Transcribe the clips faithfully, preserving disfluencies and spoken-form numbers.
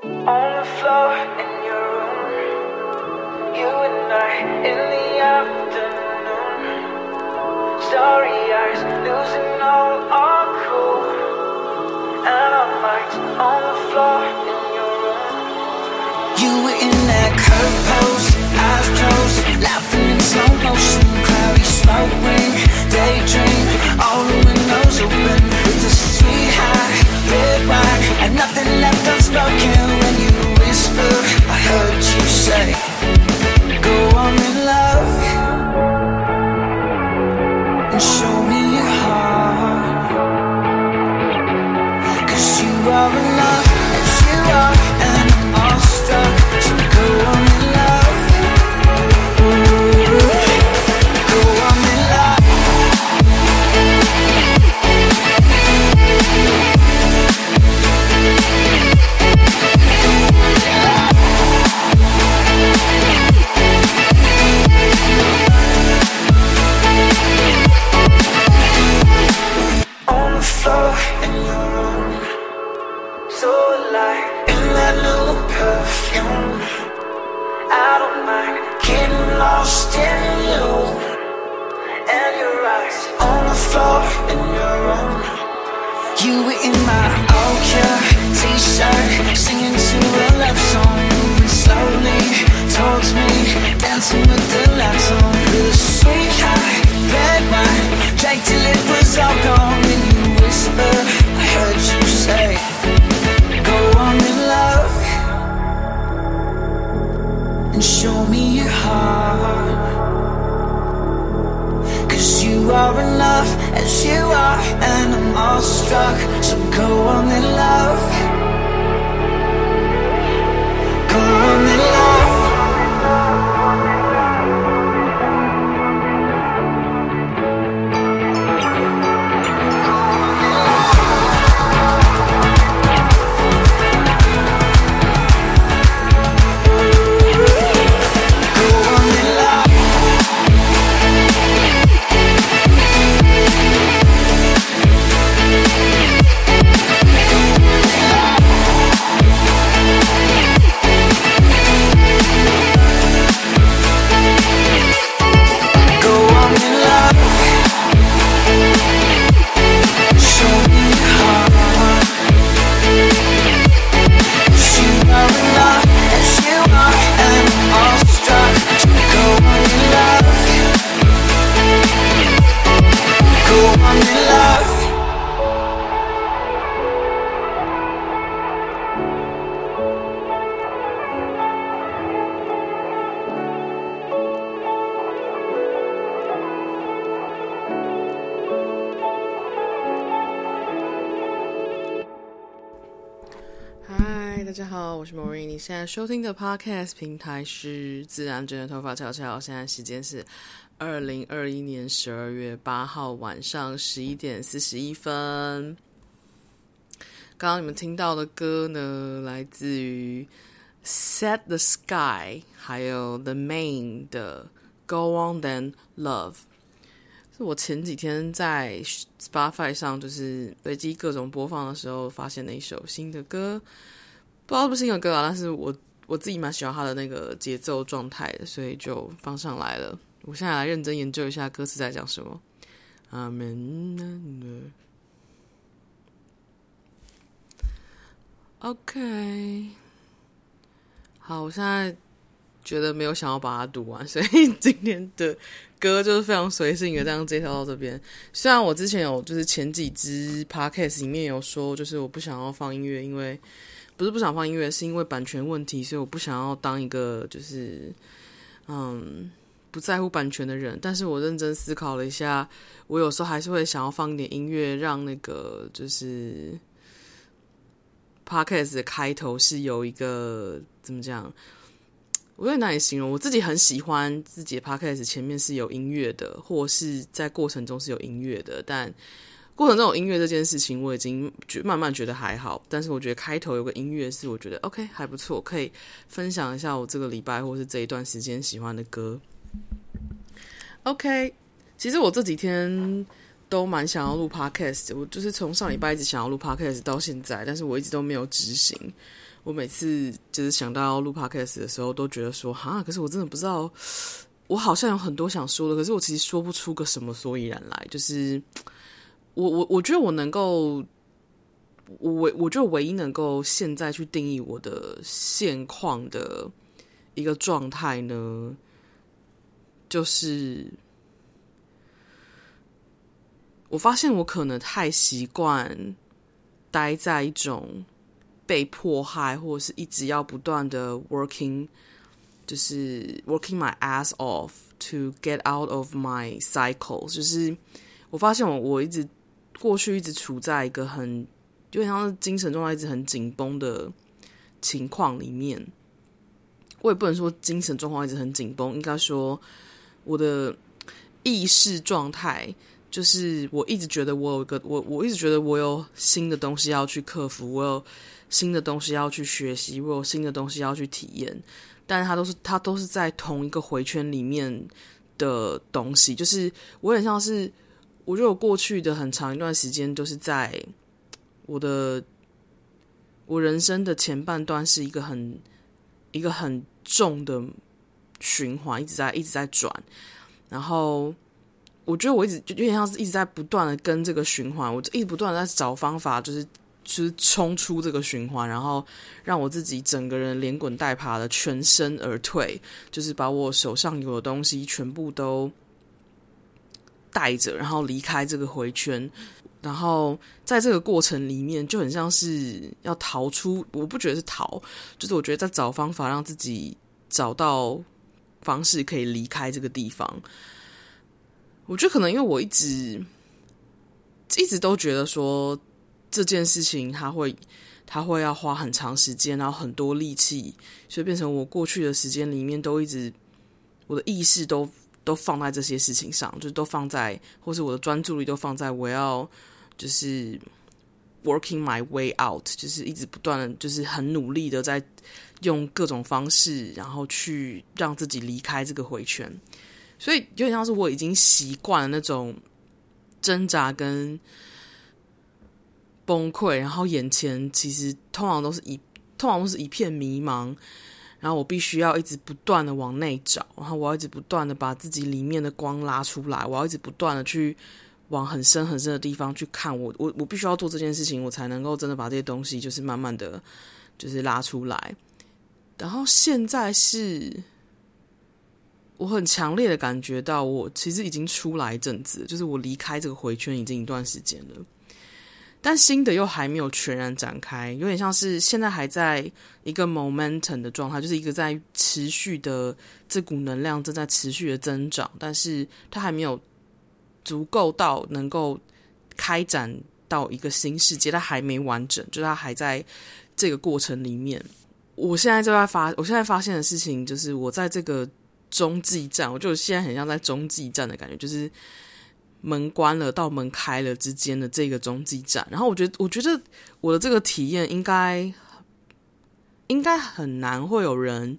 On the floor in your room, you and I in the afternoon. Starry eyes, losing all our cool. And our minds on the floor in your room. You were in that curve pose, eyes closed, laughing in slow motion. Cloudy smoke ring, daydream, all the windows open. With a sweet high, red wine, and nothing left unspoken. When you whisper, I heard you say, go on in love and show me your heart. Cause you are enough as you are, and I'm all struck. So go on in love. Ooh, go on in love. On the floor in your room, so alive in that new perfume. I don't mind getting lost in you and your eyes on the floor in your room. You were in my all-cure t-shirt, singing to a love song, moving slowly towards me, dancing with the lights on. With a sweet high, red wine, drank till it was all gone. Then you whispered, I heard you say, go on in love and show me your heart. Cause you are enough as you are, and I'm all struck. So go on in love. Go on in love. 大家好，我是 Maureen， 你现在收听的 Podcast 平台是自然卷的头发悄悄，现在时间是二零二一年十二月八号晚上十一点四十一分。刚刚你们听到的歌呢，来自于 Set the Sky 还有 The Main 的 Go On Then Love。是我前几天在 Spotify 上就是随机各种播放的时候发现的一首新的歌，不知道是不是新的歌啊，但是我我自己蛮喜欢它的那个节奏状态的，所以就放上来了。我现在来认真研究一下歌词在讲什么。Amen。OK， 好，我现在觉得没有想要把它读完，所以今天的歌就是非常随性的这样介绍到这边。虽然我之前有就是前几支 podcast 里面有说，就是我不想要放音乐，因为不是不想放音乐，是因为版权问题，所以我不想要当一个就是嗯不在乎版权的人。但是我认真思考了一下，我有时候还是会想要放一点音乐，让那个就是podcast 的开头是有一个怎么讲？我有点难以形容，我自己很喜欢自己的 podcast 前面是有音乐的，或是在过程中是有音乐的，但过程中有音乐这件事情我已经慢慢觉得还好，但是我觉得开头有个音乐是我觉得 OK 还不错，可以分享一下我这个礼拜或是这一段时间喜欢的歌。 OK， 其实我这几天都蛮想要录 podcast， 我就是从上礼拜一直想要录 podcast 到现在，但是我一直都没有执行。 我每次就是想到要录 podcast 的时候，都觉得说哈，可是我真的不知道，我好像有很多想说的，可是我其实说不出个什么所以然来。就是我我我觉得我能够，我我我觉得唯一能够现在去定义我的现况的一个状态呢，就是我发现我可能太习惯待在一种被迫害，或者是一直要不断的 working， 就是 working my ass off to get out of my cycle。就是我发现我我一直过去一直处在一个很有点像是精神状态一直很紧绷的情况里面。我也不能说精神状况一直很紧绷，应该说我的意识状态。就是我一直觉得我有一个我我一直觉得我有新的东西要去克服，我有新的东西要去学习，我有新的东西要去体验，但是它都是它都是在同一个回圈里面的东西。就是我有点像是，我觉得我过去的很长一段时间都是在我的我人生的前半段是一个很一个很重的循环，一直在一直在转，然后。我觉得我一直就有点像是一直在不断的跟这个循环，我一直不断的在找方法，就是就是冲出这个循环，然后让我自己整个人连滚带爬的全身而退，就是把我手上有的东西全部都带着，然后离开这个回圈。然后在这个过程里面，就很像是要逃出，我不觉得是逃，就是我觉得在找方法让自己找到方式可以离开这个地方。我觉得可能因为我一直一直都觉得说这件事情它会它会要花很长时间，然后很多力气，所以变成我过去的时间里面都一直我的意识都都放在这些事情上，就是都放在，或是我的专注力都放在我要就是 working my way out， 就是一直不断的就是很努力的在用各种方式，然后去让自己离开这个回圈。所以有点像是我已经习惯了那种挣扎跟崩溃，然后眼前其实通常都是一通常都是一片迷茫，然后我必须要一直不断的往内找，然后我要一直不断的把自己里面的光拉出来，我要一直不断的去往很深很深的地方去看，我我我必须要做这件事情，我才能够真的把这些东西就是慢慢的就是拉出来。然后现在是我很强烈的感觉到我其实已经出来一阵子，就是我离开这个回圈已经一段时间了，但新的又还没有全然展开，有点像是现在还在一个 momentum 的状态，就是一个在持续的这股能量正在持续的增长，但是它还没有足够到能够开展到一个新世界，它还没完整，就是它还在这个过程里面。我现在就在发我现在发现的事情就是我在这个中继站，我就现在很像在中继站的感觉，就是门关了到门开了之间的这个中继站。然后我觉得我觉得我的这个体验应该应该很难会有人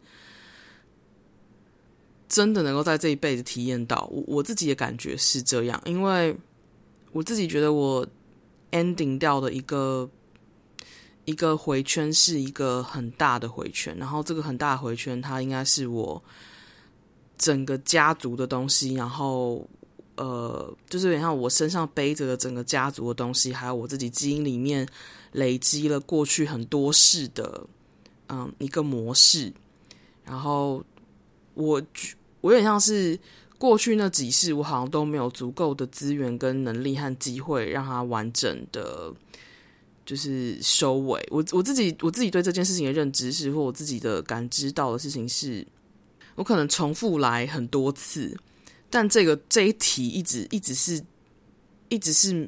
真的能够在这一辈子体验到，我我自己的感觉是这样，因为我自己觉得我 ending 掉的一个一个回圈是一个很大的回圈，然后这个很大的回圈它应该是我整个家族的东西，然后呃，就是有点像我身上背着的整个家族的东西，还有我自己基因里面累积了过去很多事的嗯一个模式。然后我我有点像是过去那几世我好像都没有足够的资源跟能力和机会让它完整的就是收尾。我我自己我自己对这件事情的认知是，或我自己的感知到的事情是，我可能重复来很多次，但这个这一题一直一直是一直是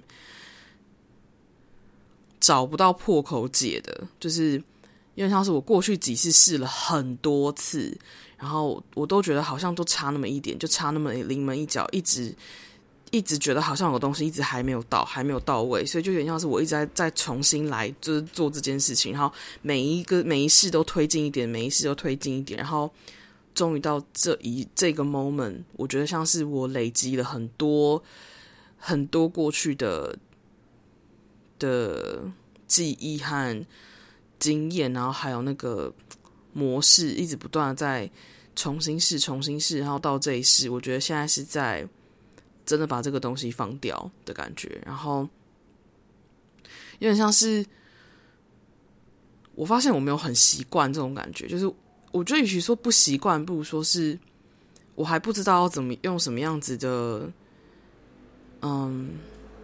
找不到破口解的，就是因为像是我过去几次试了很多次，然后我都觉得好像都差那么一点，就差那么临门一脚，一直一直觉得好像有东西一直还没有到，还没有到位，所以就有点像是我一直在再重新来，就是做这件事情，然后每一个每一世都推进一点，每一世都推进一点，然后终于到这一这个 moment， 我觉得像是我累积了很多很多过去的的记忆和经验，然后还有那个模式，一直不断的在重新试、重新试，然后到这一试，我觉得现在是在真的把这个东西放掉的感觉，然后有点像是我发现我没有很习惯这种感觉，就是我觉得与其说不习惯，不如说是我还不知道要怎么用什么样子的，嗯。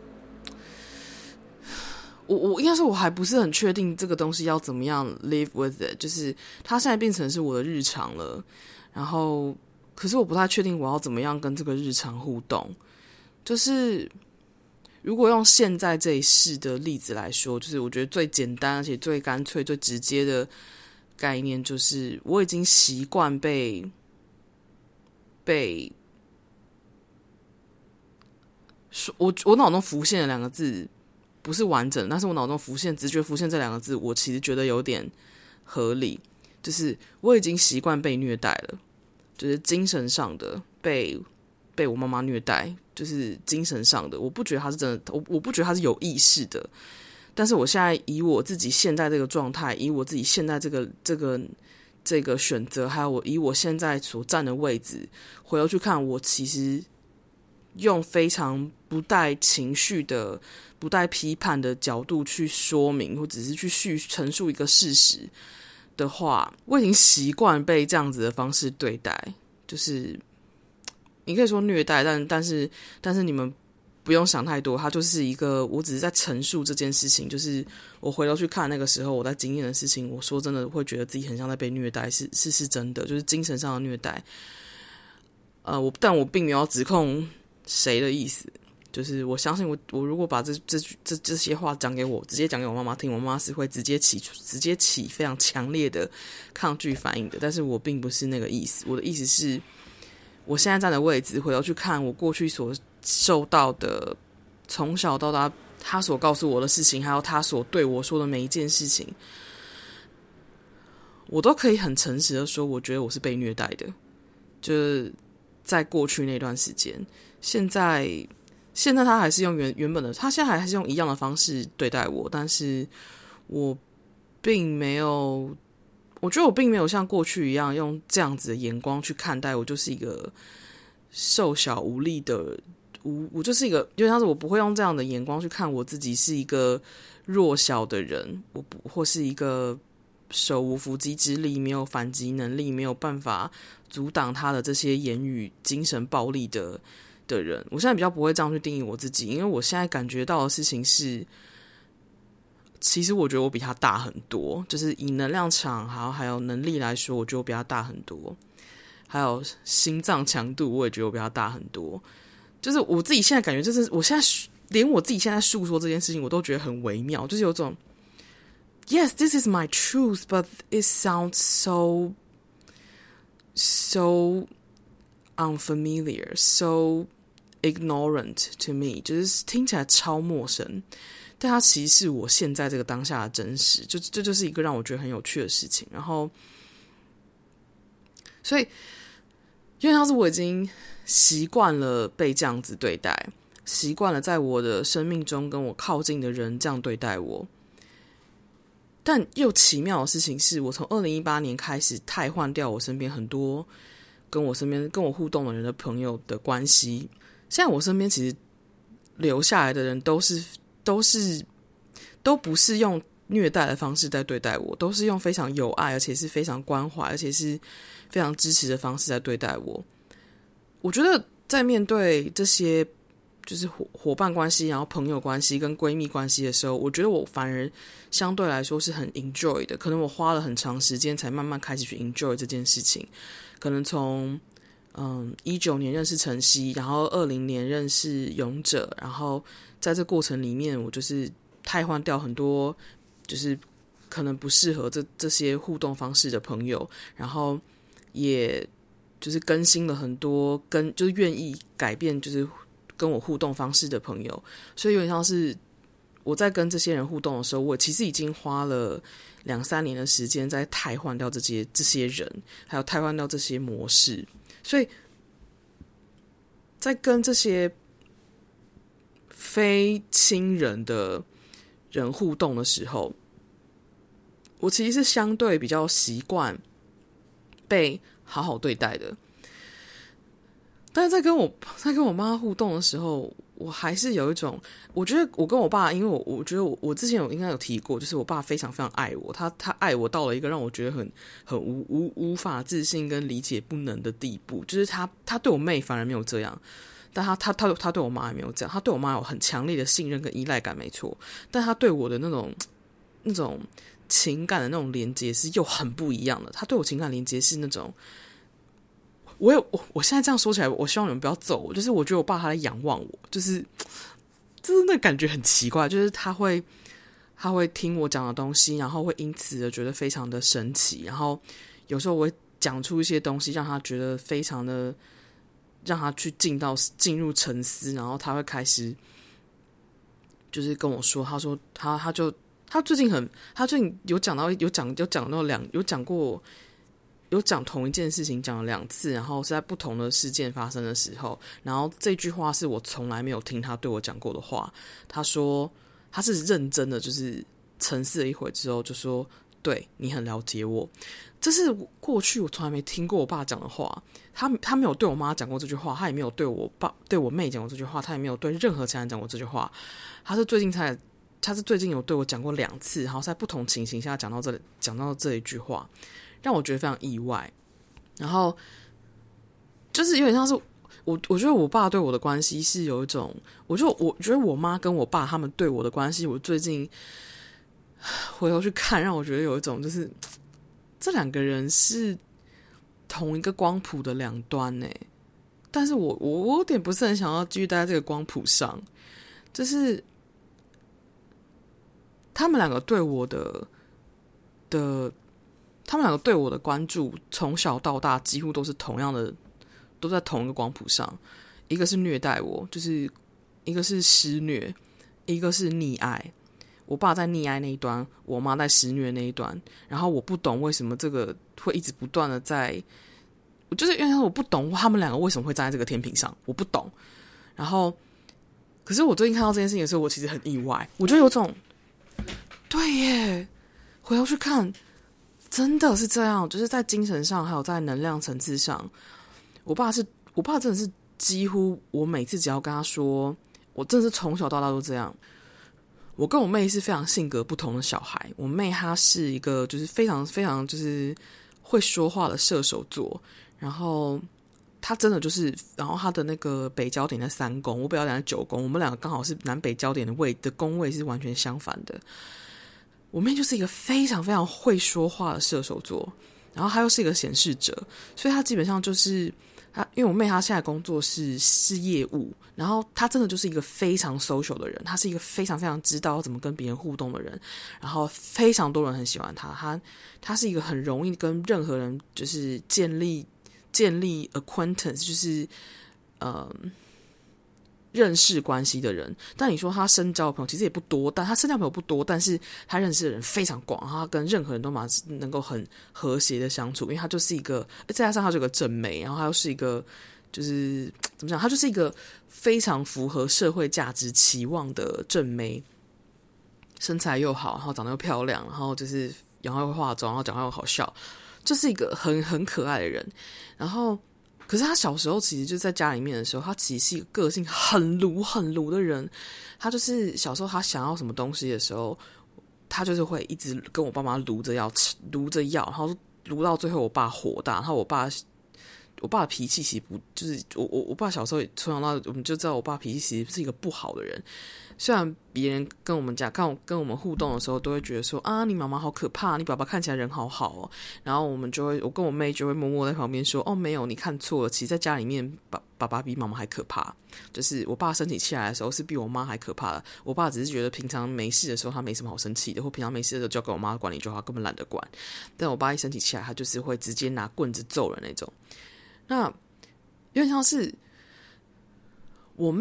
我我应该说我还不是很确定这个东西要怎么样 live with it， 就是它现在变成是我的日常了，然后可是我不太确定我要怎么样跟这个日常互动。就是如果用现在这一世的例子来说，就是我觉得最简单而且最干脆最直接的概念，就是我已经习惯被被我我脑中浮现的两个字不是完整，但是我脑中浮现直觉浮现这两个字，我其实觉得有点合理，就是我已经习惯被虐待了，就是精神上的被被我妈妈虐待，就是精神上的，我不觉得他是真的，我我不觉得他是有意识的，但是我现在以我自己现在这个状态，以我自己现在这个这个这个选择，还有我以我现在所站的位置，回头去看，我其实用非常不带情绪的、不带批判的角度去说明，或只是去叙陈述一个事实的话，我已经习惯被这样子的方式对待，就是你可以说虐待，但但是但是你们不用想太多，它就是一个，我只是在陈述这件事情，就是我回头去看那个时候我在经验的事情，我说真的会觉得自己很像在被虐待，是是是真的，就是精神上的虐待。呃，我但我并没有要指控谁的意思，就是我相信我我如果把这这这这些话讲给我直接讲给我妈妈听，我妈妈是会直接起直接起非常强烈的抗拒反应的，但是我并不是那个意思，我的意思是我现在站的位置回头去看我过去所受到的，从小到大他所告诉我的事情，还有他所对我说的每一件事情，我都可以很诚实的说我觉得我是被虐待的，就是在过去那段时间。现在现在他还是用原原本的，他现在还是用一样的方式对待我，但是我并没有，我觉得我并没有像过去一样用这样子的眼光去看待我，就是一个瘦小无力的，我我就是一个，因为像是我不会用这样的眼光去看我自己是一个弱小的人，我不或是一个手无缚鸡之力，没有反击能力，没有办法阻挡他的这些言语精神暴力的的人，我现在比较不会这样去定义我自己，因为我现在感觉到的事情是，其实我觉得我比他大很多，就是以能量场还有还有能力来说，我觉得我比他大很多，还有心脏强度，我也觉得我比他大很多。就是我自己现在感觉，就是我现在连我自己现在诉说这件事情，我都觉得很微妙，就是有种 Yes, this is my truth, but it sounds so so unfamiliar, so ignorant to me， 就是听起来超陌生，但它其实是我现在这个当下的真实，就这就是一个让我觉得很有趣的事情。然后，所以因为像是我已经习惯了被这样子对待，习惯了在我的生命中跟我靠近的人这样对待我，但又奇妙的事情是，我从二零一八年开始汰换掉我身边很多跟我身边跟我互动的人的朋友的关系。现在我身边其实留下来的人都是都是都不是用虐待的方式在对待我，都是用非常有爱而且是非常关怀而且是非常支持的方式在对待我。我觉得在面对这些就是伙伴关系，然后朋友关系跟闺蜜关系的时候，我觉得我反而相对来说是很 enjoy 的，可能我花了很长时间才慢慢开始去 enjoy 这件事情。可能从嗯一九年认识晨曦，然后二零年认识勇者，然后在这过程里面，我就是汰换掉很多就是可能不适合这这些互动方式的朋友，然后也就是更新了很多跟就是愿意改变就是跟我互动方式的朋友，所以有点像是我在跟这些人互动的时候，我其实已经花了两三年的时间在汰换掉这些这些人，还有汰换掉这些模式。所以在跟这些非亲人的人互动的时候， 我其实是相对比较习惯被好好对待的，但是在跟我在跟我妈互动的时候，我还是有一种，我觉得我跟我爸，因为我我觉得我我之前有应该有提过，就是我爸非常非常爱我，他他爱我到了一个让我觉得很很无无无法置信跟理解不能的地步，就是他他对我妹反而没有这样。但他他他他对我妈也没有这样，他对我妈有很强烈的信任跟依赖感，没错。但他对我的那种那种情感的那种连接是又很不一样的。他对我情感连接是那种，我有我我现在这样说起来，我希望你们不要揍我。就是我觉得我爸他在仰望我，就是就是那感觉很奇怪，就是他会他会听我讲的东西，然后会因此的觉得非常的神奇，然后有时候我会讲出一些东西，让他觉得非常的。让他去进到进入沉思，然后他会开始就是跟我说，他说他他就他最近很他最近有讲到有讲有讲到两有讲过有讲同一件事情讲了两次，然后是在不同的事件发生的时候，然后这句话是我从来没有听他对我讲过的话。他说他是认真的，就是沉思了一会之后就说，对，你很了解我。这是过去我从来没听过我爸讲的话，他他没有对我妈讲过这句话，他也没有对我爸对我妹讲过这句话，他也没有对任何其他人讲过这句话。他是最近才，他是最近有对我讲过两次，然后在不同情形下讲到这讲到这一句话，让我觉得非常意外。然后就是有点像是我，我觉得我爸对我的关系是有一种，我就我觉得我妈跟我爸他们对我的关系，我最近回头去看，让我觉得有一种就是这两个人是同一个光谱的两端呢。但是我我我有点不是很想要继续待在这个光谱上，就是他们两个对我的的，他们两个对我的关注，从小到大几乎都是同样的，都在同一个光谱上。一个是虐待我，就是一个是施虐，一个是溺爱。我爸在溺爱那一端，我妈在施虐那一端。然后我不懂为什么这个会一直不断的在，就是因为我不懂他们两个为什么会站在这个天平上，我不懂。然后，可是我最近看到这件事情的时候，我其实很意外，我就有种，对耶，回头去看，真的是这样，就是在精神上还有在能量层次上，我爸是我爸真的是几乎我每次只要跟他说，我真的是从小到大都这样。我跟我妹是非常性格不同的小孩，我妹她是一个就是非常非常就是会说话的射手座，然后她真的就是，然后她的那个北焦点在三宫，我北焦点在九宫，我们两个刚好是南北焦点的位的宫位是完全相反的。我妹就是一个非常非常会说话的射手座，然后她又是一个显示者，所以她基本上就是她，因为我妹她现在工作是是业务，然后她真的就是一个非常 social 的人，她是一个非常非常知道怎么跟别人互动的人，然后非常多人很喜欢她，她她是一个很容易跟任何人就是建立建立 acquaintance， 就是呃认识关系的人。但你说他深交的朋友其实也不多，但他深交朋友不多，但是他认识的人非常广，然后他跟任何人都蛮能够很和谐的相处，因为他就是一个，再加上他是个正妹，然后他又是一个就是怎么讲，他就是一个非常符合社会价值期望的正妹，身材又好，然后长得又漂亮，然后就是然后会化妆，然后讲话又好笑，就是一个很很可爱的人。然后可是他小时候其实就在家里面的时候，他其实是一个个性很鲁很鲁的人。他就是小时候他想要什么东西的时候，他就是会一直跟我爸妈撸着要吃，撸着要，然后撸到最后我爸火大，然后我爸我爸的脾气其实不就是我我我爸小时候从小到我们就知道我爸脾气其实是一个不好的人。虽然别人跟我们讲跟跟我们互动的时候都会觉得说啊你妈妈好可怕，你爸爸看起来人好好哦，然后我们就会我跟我妹就会默默在旁边说哦没有你看错了，其实在家里面爸爸爸比妈妈还可怕，就是我爸生起气来的时候是比我妈还可怕的。我爸只是觉得平常没事的时候他没什么好生气的，或平常没事的时候交给我妈管理就好，根本懒得管。但我爸一生起气来他就是会直接拿棍子揍人那种。那有点像是我妹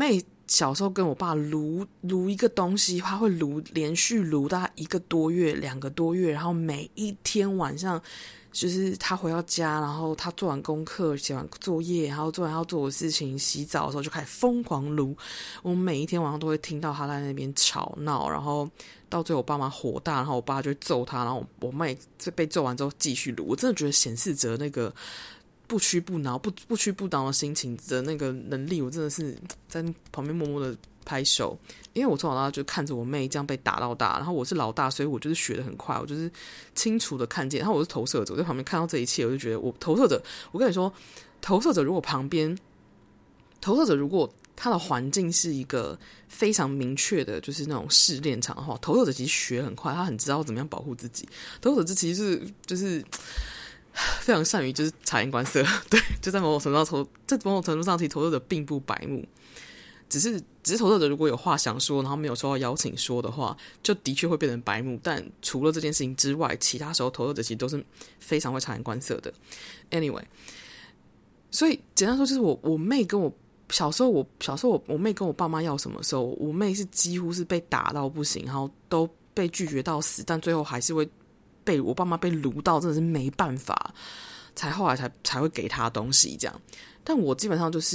小时候跟我爸撸撸一个东西，他会撸连续撸大概一个多月、两个多月，然后每一天晚上，就是他回到家，然后他做完功课、写完作业，然后做完要做的事情、洗澡的时候就开始疯狂撸。我每一天晚上都会听到他在那边吵闹，然后到最后我爸妈火大，然后我爸就会揍他，然后我妈也被揍完之后继续撸。我真的觉得显示着那个不屈不挠、不不屈不挠的心情的那个能力，我真的是在旁边默默的拍手。因为我从小到大就看着我妹这样被打到大，然后我是老大，所以我就是学得很快，我就是清楚的看见。然后我是投射者，我在旁边看到这一切，我就觉得我投射者，我跟你说，投射者如果旁边，投射者如果他的环境是一个非常明确的，就是那种试炼场的话，投射者其实学很快，他很知道怎么样保护自己。投射者其实是就是非常善于就是察言观色，对，就在某种程度上投，在某种程度上，其实投射者并不白目，只是只是投射者如果有话想说，然后没有收到邀请说的话，就的确会变成白目。但除了这件事情之外，其他时候投射者其实都是非常会察言观色的。Anyway， 所以简单说，就是我我妹跟我小时候，我小时候我我妹跟我爸妈要什么时候，我妹是几乎是被打到不行，然后都被拒绝到死，但最后还是会被我爸妈被撸到，真的是没办法，才后来才才会给他东西这样。但我基本上就是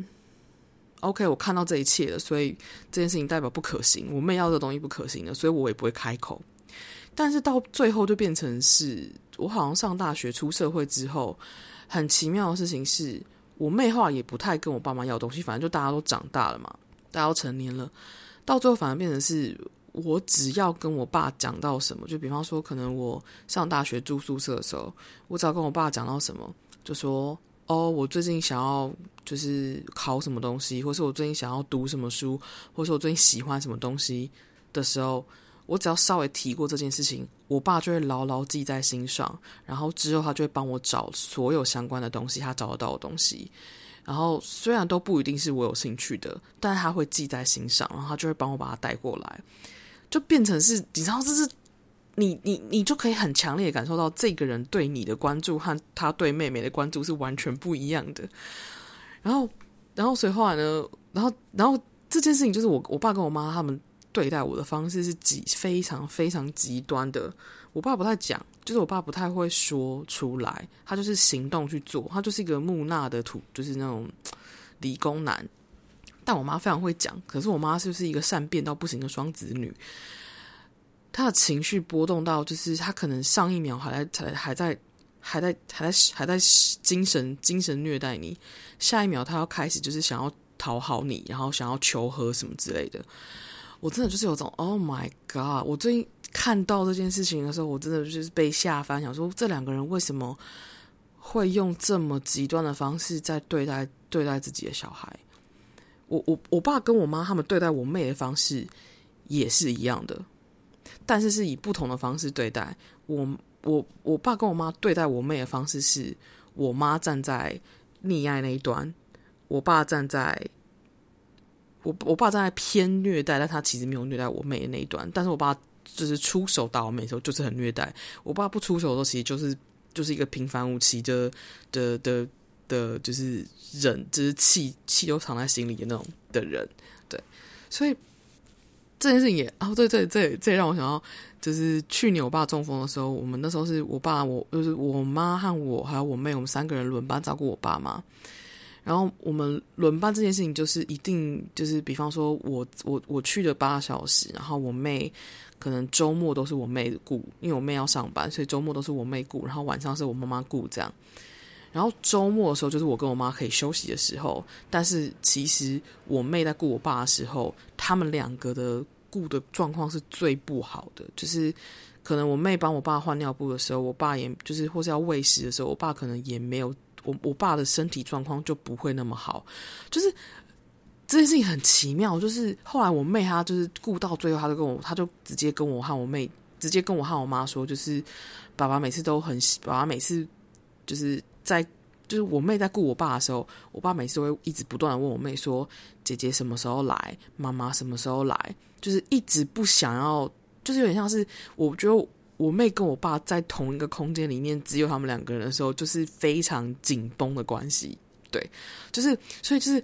OK， 我看到这一切了，所以这件事情代表不可行，我妹要的东西不可行了，所以我也不会开口。但是到最后就变成是我好像上大学出社会之后，很奇妙的事情是我妹后来也不太跟我爸妈要东西，反正就大家都长大了嘛，大家都成年了，到最后反而变成是我只要跟我爸讲到什么，就比方说可能我上大学住宿舍的时候，我只要跟我爸讲到什么，就说哦，我最近想要就是考什么东西，或是我最近想要读什么书，或是我最近喜欢什么东西的时候，我只要稍微提过这件事情，我爸就会牢牢记在心上，然后之后他就会帮我找所有相关的东西，他找得到的东西，然后虽然都不一定是我有兴趣的，但是他会记在心上，然后他就会帮我把它带过来，就变成是你知道，这是你你你就可以很强烈的感受到这个人对你的关注和他对妹妹的关注是完全不一样的。然后然后所以后来呢，然后然后这件事情就是我我爸跟我妈他们对待我的方式是极非常非常极端的。我爸不太讲，就是我爸不太会说出来，他就是行动去做，他就是一个木讷的土，就是那种理工男。但我妈非常会讲，可是我妈就是一个善变到不行的双子女，她的情绪波动到就是她可能上一秒还在还在还在还在还在精神精神虐待你，下一秒她要开始就是想要讨好你，然后想要求和什么之类的。我真的就是有种 Oh my God， 我最近看到这件事情的时候，我真的就是被吓翻，想说这两个人为什么会用这么极端的方式在对待对待自己的小孩。我我我爸跟我妈他们对待我妹的方式也是一样的，但是是以不同的方式对待我。我我爸跟我妈对待我妹的方式是，我妈站在溺爱那一端，我爸站在我我爸站在偏虐待，但他其实没有虐待我妹的那一端。但是我爸就是出手打我妹的时候就是很虐待，我爸不出手的时候其实就是就是一个平凡无奇的的的的，就是忍，就是气气都藏在心里的那种的人。对，所以这件事情也哦，对对对，这也让我想到，就是去年我爸中风的时候，我们那时候是我爸我就是我妈和我还有我妹，我们三个人轮班照顾我爸妈。然后我们轮班这件事情就是一定就是比方说我我我去了八小时，然后我妹可能周末都是我妹顾，因为我妹要上班，所以周末都是我妹顾，然后晚上是我妈妈顾这样。然后周末的时候就是我跟我妈可以休息的时候，但是其实我妹在顾我爸的时候，他们两个的顾的状况是最不好的，就是可能我妹帮我爸换尿布的时候，我爸也就是或是要喂食的时候，我爸可能也没有我我爸的身体状况就不会那么好，就是这件事情很奇妙。就是后来我妹她就是顾到最后，她就跟我，她就直接跟我和我妹，直接跟我和我妈说，就是爸爸每次都很，爸爸每次就是在就是我妹在顾我爸的时候，我爸每次都会一直不断的问我妹说，姐姐什么时候来，妈妈什么时候来，就是一直不想要，就是有点像是我觉得我妹跟我爸在同一个空间里面，只有他们两个人的时候，就是非常紧绷的关系。对，就是所以就是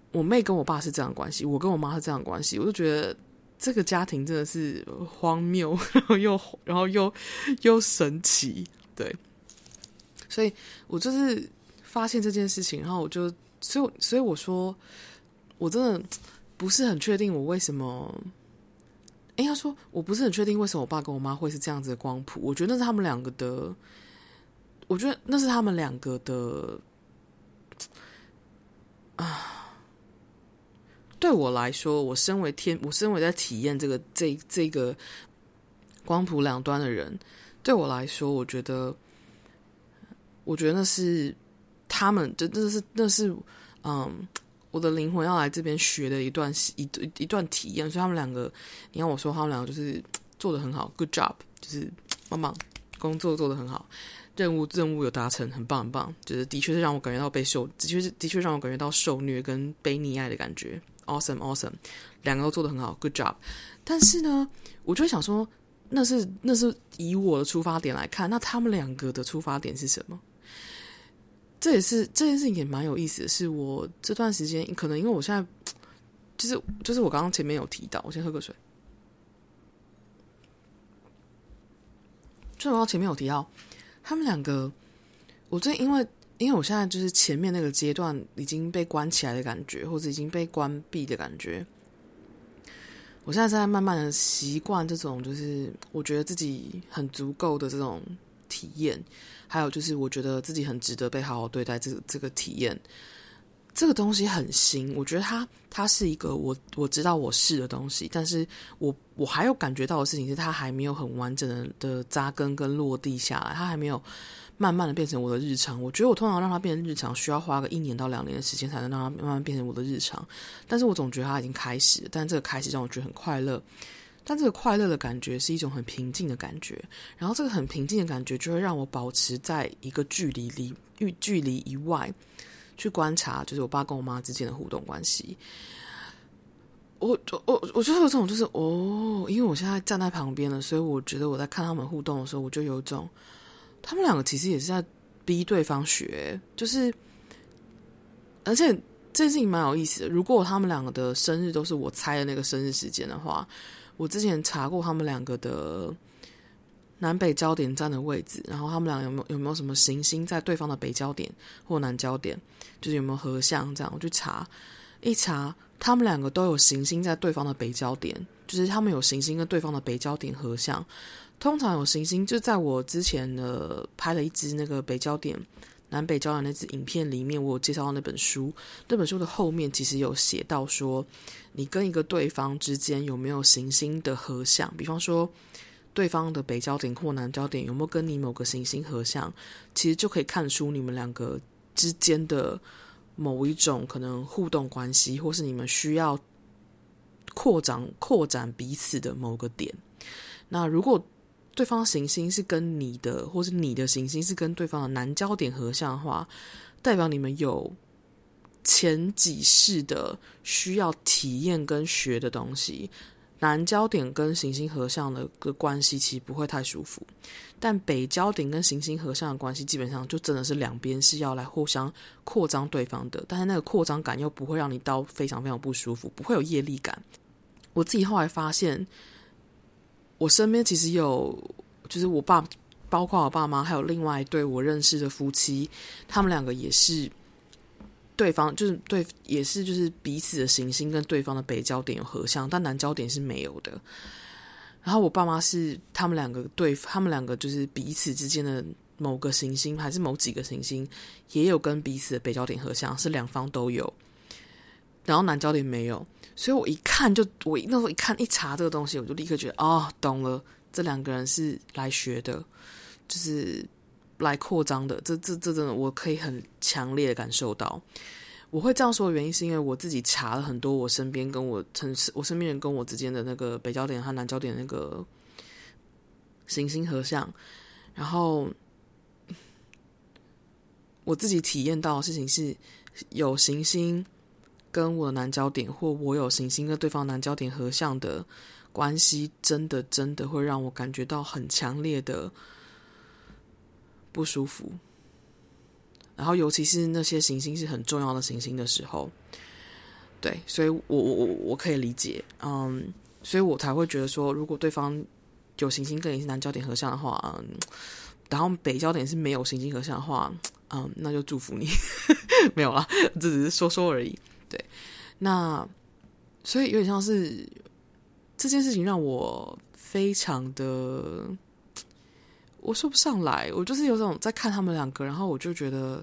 我妹跟我爸是这样的关系，我跟我妈是这样的关系，我就觉得这个家庭真的是荒谬，然后又然后又又神奇，对，所以我就是发现这件事情，然后我就所以所以我说我真的不是很确定我为什么。应该说我不是很确定为什么我爸跟我妈会是这样子的光谱，我觉得那是他们两个的，我觉得那是他们两个的啊。对我来说，我身为天，我身为在体验这个这这个光谱两端的人，对我来说，我觉得，我觉得那是他们，这那是那是嗯。我的灵魂要来这边学的一段一一段体验，所以他们两个，你看我说他们两个就是做得很好 ，good job， 就是棒棒，工作做得很好，任务任务有达成，很棒很棒，就是的确是让我感觉到被受，的确是的确让我感觉到受虐跟被溺爱的感觉 ，awesome awesome， 两个都做得很好 ，good job。但是呢，我就会想说，那是那是以我的出发点来看，那他们两个的出发点是什么？这也是这件事情也蛮有意思的是，我这段时间可能因为我现在就是就是我刚刚前面有提到，我先喝个水。就我刚前面有提到，他们两个，我最因为因为我现在就是前面那个阶段已经被关起来的感觉，或者已经被关闭的感觉，我现在在慢慢的习惯这种，就是我觉得自己很足够的这种体验。还有就是我觉得自己很值得被好好对待，这个这个体验，这个东西很新，我觉得它它是一个我我知道我是的东西，但是我我还有感觉到的事情是它还没有很完整的的扎根跟落地下来，它还没有慢慢的变成我的日常。我觉得我通常让它变成日常需要花个一年到两年的时间才能让它慢慢变成我的日常，但是我总觉得它已经开始了，但这个开始让我觉得很快乐。但这个快乐的感觉是一种很平静的感觉，然后这个很平静的感觉就会让我保持在一个距离离距离以外去观察，就是我爸跟我妈之间的互动关系。我我我就有这种就是哦，因为我现在站在旁边了，所以我觉得我在看他们互动的时候，我就有一种他们两个其实也是在逼对方学，就是而且这件事情蛮有意思的。如果他们两个的生日都是我猜的那个生日时间的话。我之前查过他们两个的南北焦点站的位置，然后他们俩有没有有没有什么行星在对方的北焦点或南焦点，就是有没有合相这样。我去查一查，他们两个都有行星在对方的北焦点，就是他们有行星跟对方的北焦点合相。通常有行星，就在我之前的拍了一支那个北焦点南北焦点那支影片里面，我有介绍到那本书，那本书的后面其实有写到说，你跟一个对方之间有没有行星的合相，比方说对方的北焦点或南焦点有没有跟你某个行星合相，其实就可以看出你们两个之间的某一种可能互动关系，或是你们需要扩展扩展彼此的某个点。那如果对方行星是跟你的，或是你的行星是跟对方的南焦点合相的话，代表你们有前几世的需要体验跟学的东西。南焦点跟行星合相的个关系其实不会太舒服，但北焦点跟行星合相的关系基本上就真的是两边是要来互相扩张对方的，但是那个扩张感又不会让你到非常非常不舒服，不会有业力感。我自己后来发现我身边其实有，就是我爸，包括我爸妈，还有另外一对我认识的夫妻，他们两个也是对方，就是对，也是就是彼此的行星跟对方的北焦点有合相，但南焦点是没有的。然后我爸妈是他们两个对，他们两个就是彼此之间的某个行星，还是某几个行星，也有跟彼此的北焦点合相，是两方都有。然后南焦点没有，所以我一看就，我那时候一看一查这个东西，我就立刻觉得哦，懂了，这两个人是来学的，就是来扩张的，这这这真的我可以很强烈的感受到。我会这样说的原因是因为我自己查了很多我身边跟我我身边人跟我之间的那个北焦点和南焦点那个行星合相，然后我自己体验到的事情是，有行星跟我的南焦点，或我有行星跟对方南焦点合相的关系，真的真的会让我感觉到很强烈的不舒服。然后尤其是那些行星是很重要的行星的时候， 对，所以我我我我可以理解，嗯，所以我才会觉得说，如果对方有行星跟你是南焦点合相的话，嗯，然后北焦点是没有行星合相的话，嗯，那就祝福你，没有啦，这只是说说而已。对，那所以有点像是这件事情让我非常的，我说不上来，我就是有种在看他们两个，然后我就觉得，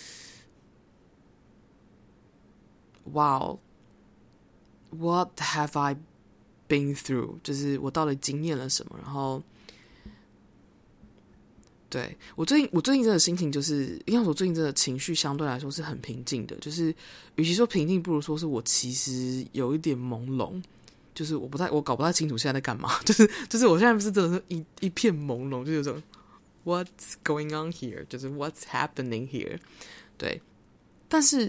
哇哦。What have I been through？ 就是我到底经验了什么？然后，对我最近，我最近真的心情就是，因为我最近真的情绪相对来说是很平静的。就是，与其说平静，不如说是我其实有一点朦胧，就是我不太，我搞不太清楚现在在干嘛。就是，就是我现在不是真的是一一片朦胧，就有种 What's going on here？ 就是 What's happening here？ 对，但是。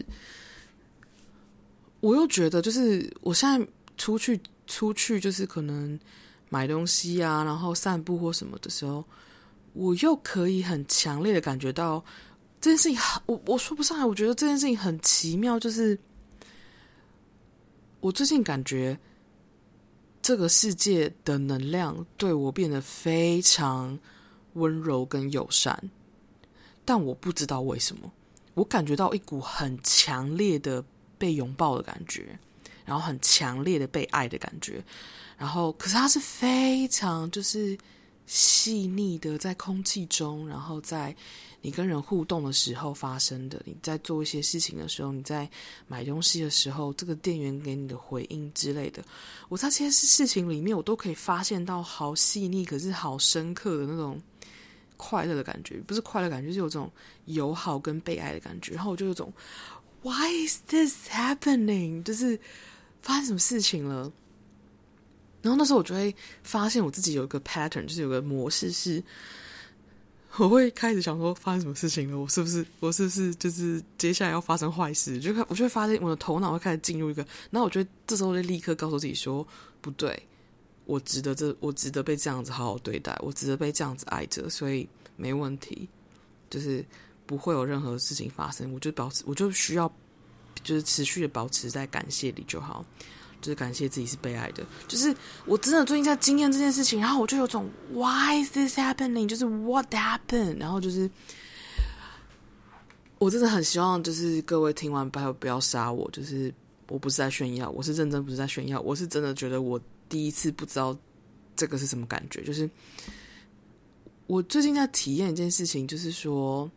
我又觉得，就是我现在出去出去，就是可能买东西啊，然后散步或什么的时候，我又可以很强烈的感觉到这件事情很，我我说不上来，我觉得这件事情很奇妙，就是我最近感觉这个世界的能量对我变得非常温柔跟友善，但我不知道为什么，我感觉到一股很强烈的被拥抱的感觉，然后很强烈的被爱的感觉，然后可是它是非常就是细腻的在空气中，然后在你跟人互动的时候发生的，你在做一些事情的时候，你在买东西的时候，这个店员给你的回应之类的，我在这些事情里面我都可以发现到好细腻可是好深刻的那种快乐的感觉，不是快乐感觉，就是有种友好跟被爱的感觉，然后我就有种Why is this happening？ 就是发生什么事情了？然后那时候我就会发现我自己有一个 pattern， 就是有个模式是，我会开始想说发生什么事情了？我是不是我是不是就是接下来要发生坏事？就我就会发现我的头脑会开始进入一个，然后我就会这时候就立刻告诉自己说，不对，我值得这，我值得被这样子好好对待，我值得被这样子爱着，所以没问题，就是。不会有任何事情发生，我就保持，我就需要，就是持续的保持在感谢里就好，就是感谢自己是被爱的。就是我真的最近在经验这件事情，然后我就有种 Why is this happening？ 就是 What happened？ 然后就是我真的很希望，就是各位听完拜托不要杀我，就是我不是在炫耀，我是认真，不是在炫耀，我是真的觉得我第一次不知道这个是什么感觉，就是我最近在体验一件事情，就是说。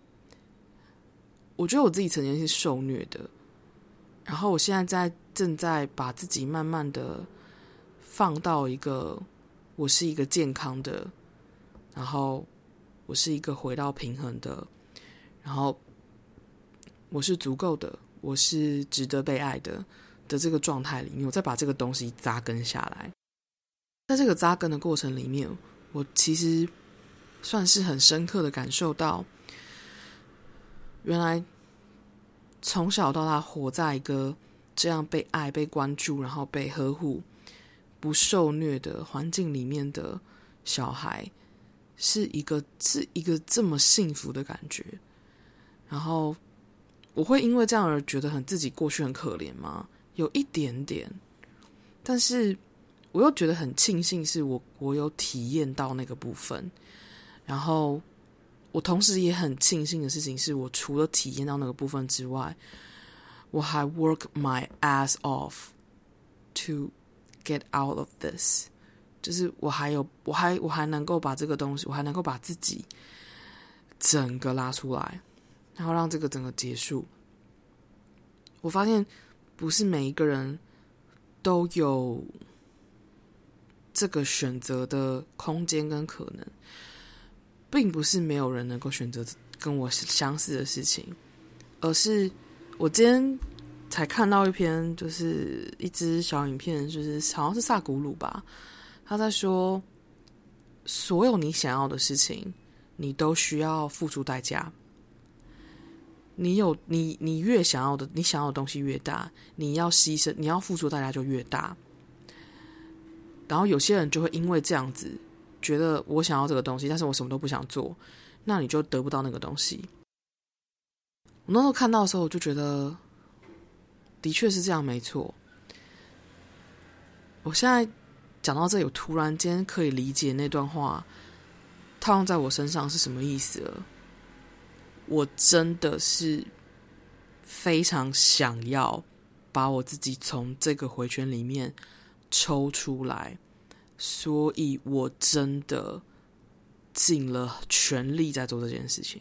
我觉得我自己曾经是受虐的，然后我现在在正在把自己慢慢的放到一个我是一个健康的，然后我是一个回到平衡的，然后我是足够的，我是值得被爱的的这个状态里面，我再把这个东西扎根下来。在这个扎根的过程里面，我其实算是很深刻的感受到原来从小到大活在一个这样被爱、被关注，然后被呵护、不受虐的环境里面的小孩，是一个是一个这么幸福的感觉。然后我会因为这样而觉得很自己过去很可怜吗？有一点点，但是我又觉得很庆幸，是我我有体验到那个部分，然后。我同时也很庆幸的事情是，我除了体验到那个部分之外，我还 work my ass off to get out of this， 就是我还有，我还我还能够把这个东西，我还能够把自己整个拉出来，然后让这个整个结束。我发现不是每一个人都有这个选择的空间跟可能。并不是没有人能够选择跟我相似的事情，而是我今天才看到一篇，就是一支小影片，就是好像是萨古鲁吧，他在说，所有你想要的事情，你都需要付出代价。你有你你越想要的，你想要的东西越大，你要牺牲，你要付出代价就越大。然后有些人就会因为这样子。觉得我想要这个东西，但是我什么都不想做，那你就得不到那个东西。我那时候看到的时候，我就觉得的确是这样，没错。我现在讲到这里，我突然间可以理解那段话套用在我身上是什么意思了。我真的是非常想要把我自己从这个回圈里面抽出来，所以我真的尽了全力在做这件事情，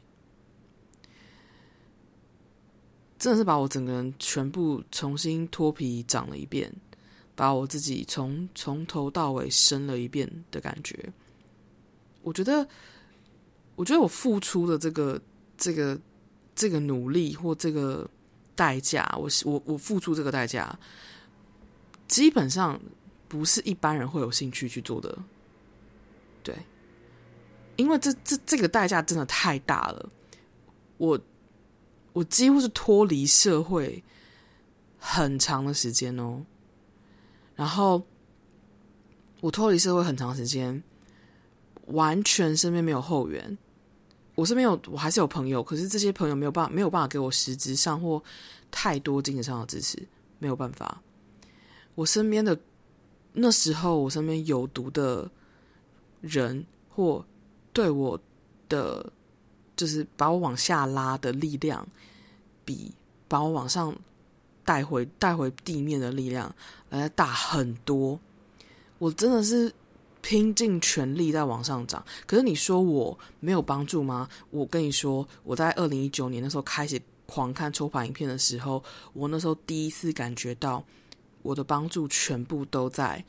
真的是把我整个人全部重新脱皮长了一遍，把我自己从从头到尾生了一遍的感觉。我觉得，我觉得我付出的这个这个这个努力或这个代价，我我我付出这个代价，基本上不是一般人会有兴趣去做的。对，因为这这这个代价真的太大了。我我几乎是脱离社会很长的时间哦，然后我脱离社会很长时间，完全身边没有后援。我身边有，我还是有朋友，可是这些朋友没有办法，没有办法给我实质上或太多精神上的支持，没有办法。我身边的那时候，我身边有毒的人或对我的就是把我往下拉的力量，比把我往上带回带回地面的力量来大很多。我真的是拼尽全力在往上涨，可是你说我没有帮助吗？我跟你说，我在二零一九年那时候开始狂看抽牌影片的时候，我那时候第一次感觉到我的帮助全部都在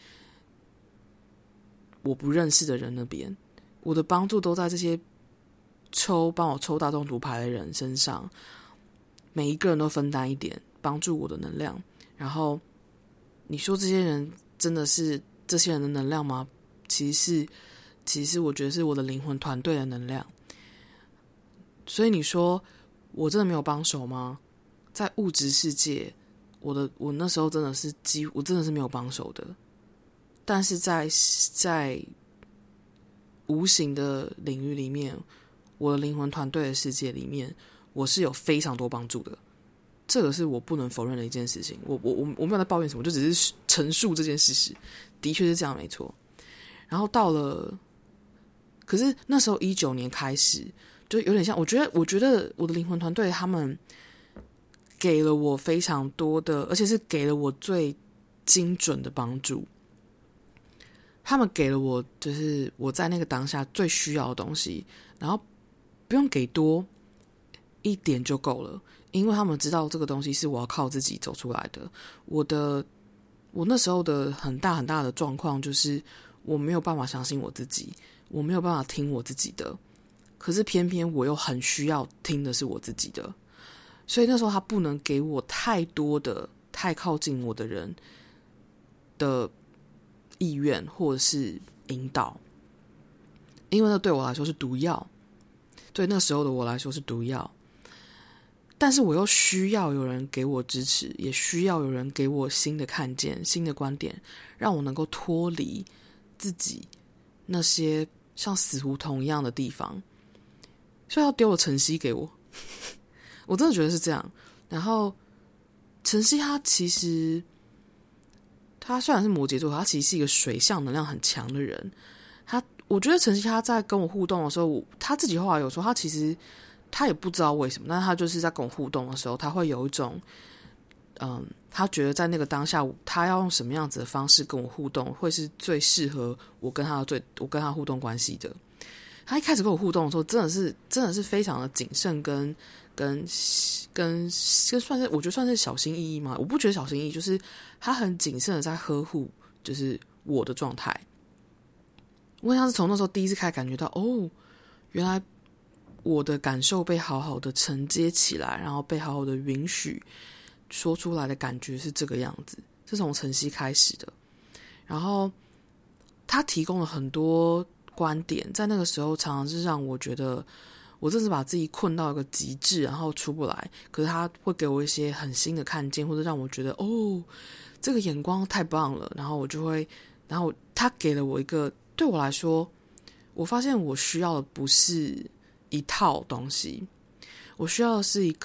我不认识的人那边，我的帮助都在这些抽帮我抽大众组牌的人身上，每一个人都分担一点帮助我的能量。然后你说这些人真的是这些人的能量吗？其实是其实我觉得是我的灵魂团队的能量。所以你说我真的没有帮手吗？在物质世界，我的我那时候真的是几乎我真的是没有帮手的。但是在在无形的领域里面，我的灵魂团队的世界里面，我是有非常多帮助的。这个是我不能否认的一件事情。我我我我没有在抱怨什么，我就只是陈述这件事实，的确是这样，没错。然后到了，可是那时候一九年开始，就有点像，我觉得，我觉得我的灵魂团队他们给了我非常多的，而且是给了我最精准的帮助。他们给了我，就是我在那个当下最需要的东西，然后不用给多，一点就够了，因为他们知道这个东西是我要靠自己走出来的。我的，我那时候的很大很大的状况就是，我没有办法相信我自己，我没有办法听我自己的，可是偏偏我又很需要听的是我自己的，所以那时候他不能给我太多的太靠近我的人的意愿或者是引导，因为那对我来说是毒药，对那时候的我来说是毒药。但是我又需要有人给我支持，也需要有人给我新的看见、新的观点，让我能够脱离自己那些像死胡同一样的地方。所以他丢了晨曦给我我真的觉得是这样。然后晨曦他其实他虽然是摩羯座，他其实是一个水象能量很强的人。他我觉得晨曦他在跟我互动的时候，他自己后来有说他其实他也不知道为什么，但是他就是在跟我互动的时候，他会有一种嗯，他觉得在那个当下他要用什么样子的方式跟我互动会是最适合我跟他的最我跟他互动关系的。他一开始跟我互动的时候真的是真的是非常的谨慎跟跟跟跟算是我觉得算是小心翼翼嘛，我不觉得小心翼翼，就是他很谨慎的在呵护就是我的状态。我像是从那时候第一次开始感觉到，哦，原来我的感受被好好的承接起来，然后被好好的允许说出来的感觉是这个样子，是从晨曦开始的。然后他提供了很多观点，在那个时候常常是让我觉得我真是把自己困到一个极致，然后出不来。可是他会给我一些很新的看见，或者让我觉得哦，这个眼光太棒了。然后我就会，然后他给了我一个，对我来说，我发现我需要的不是一套东西，我需要的是一个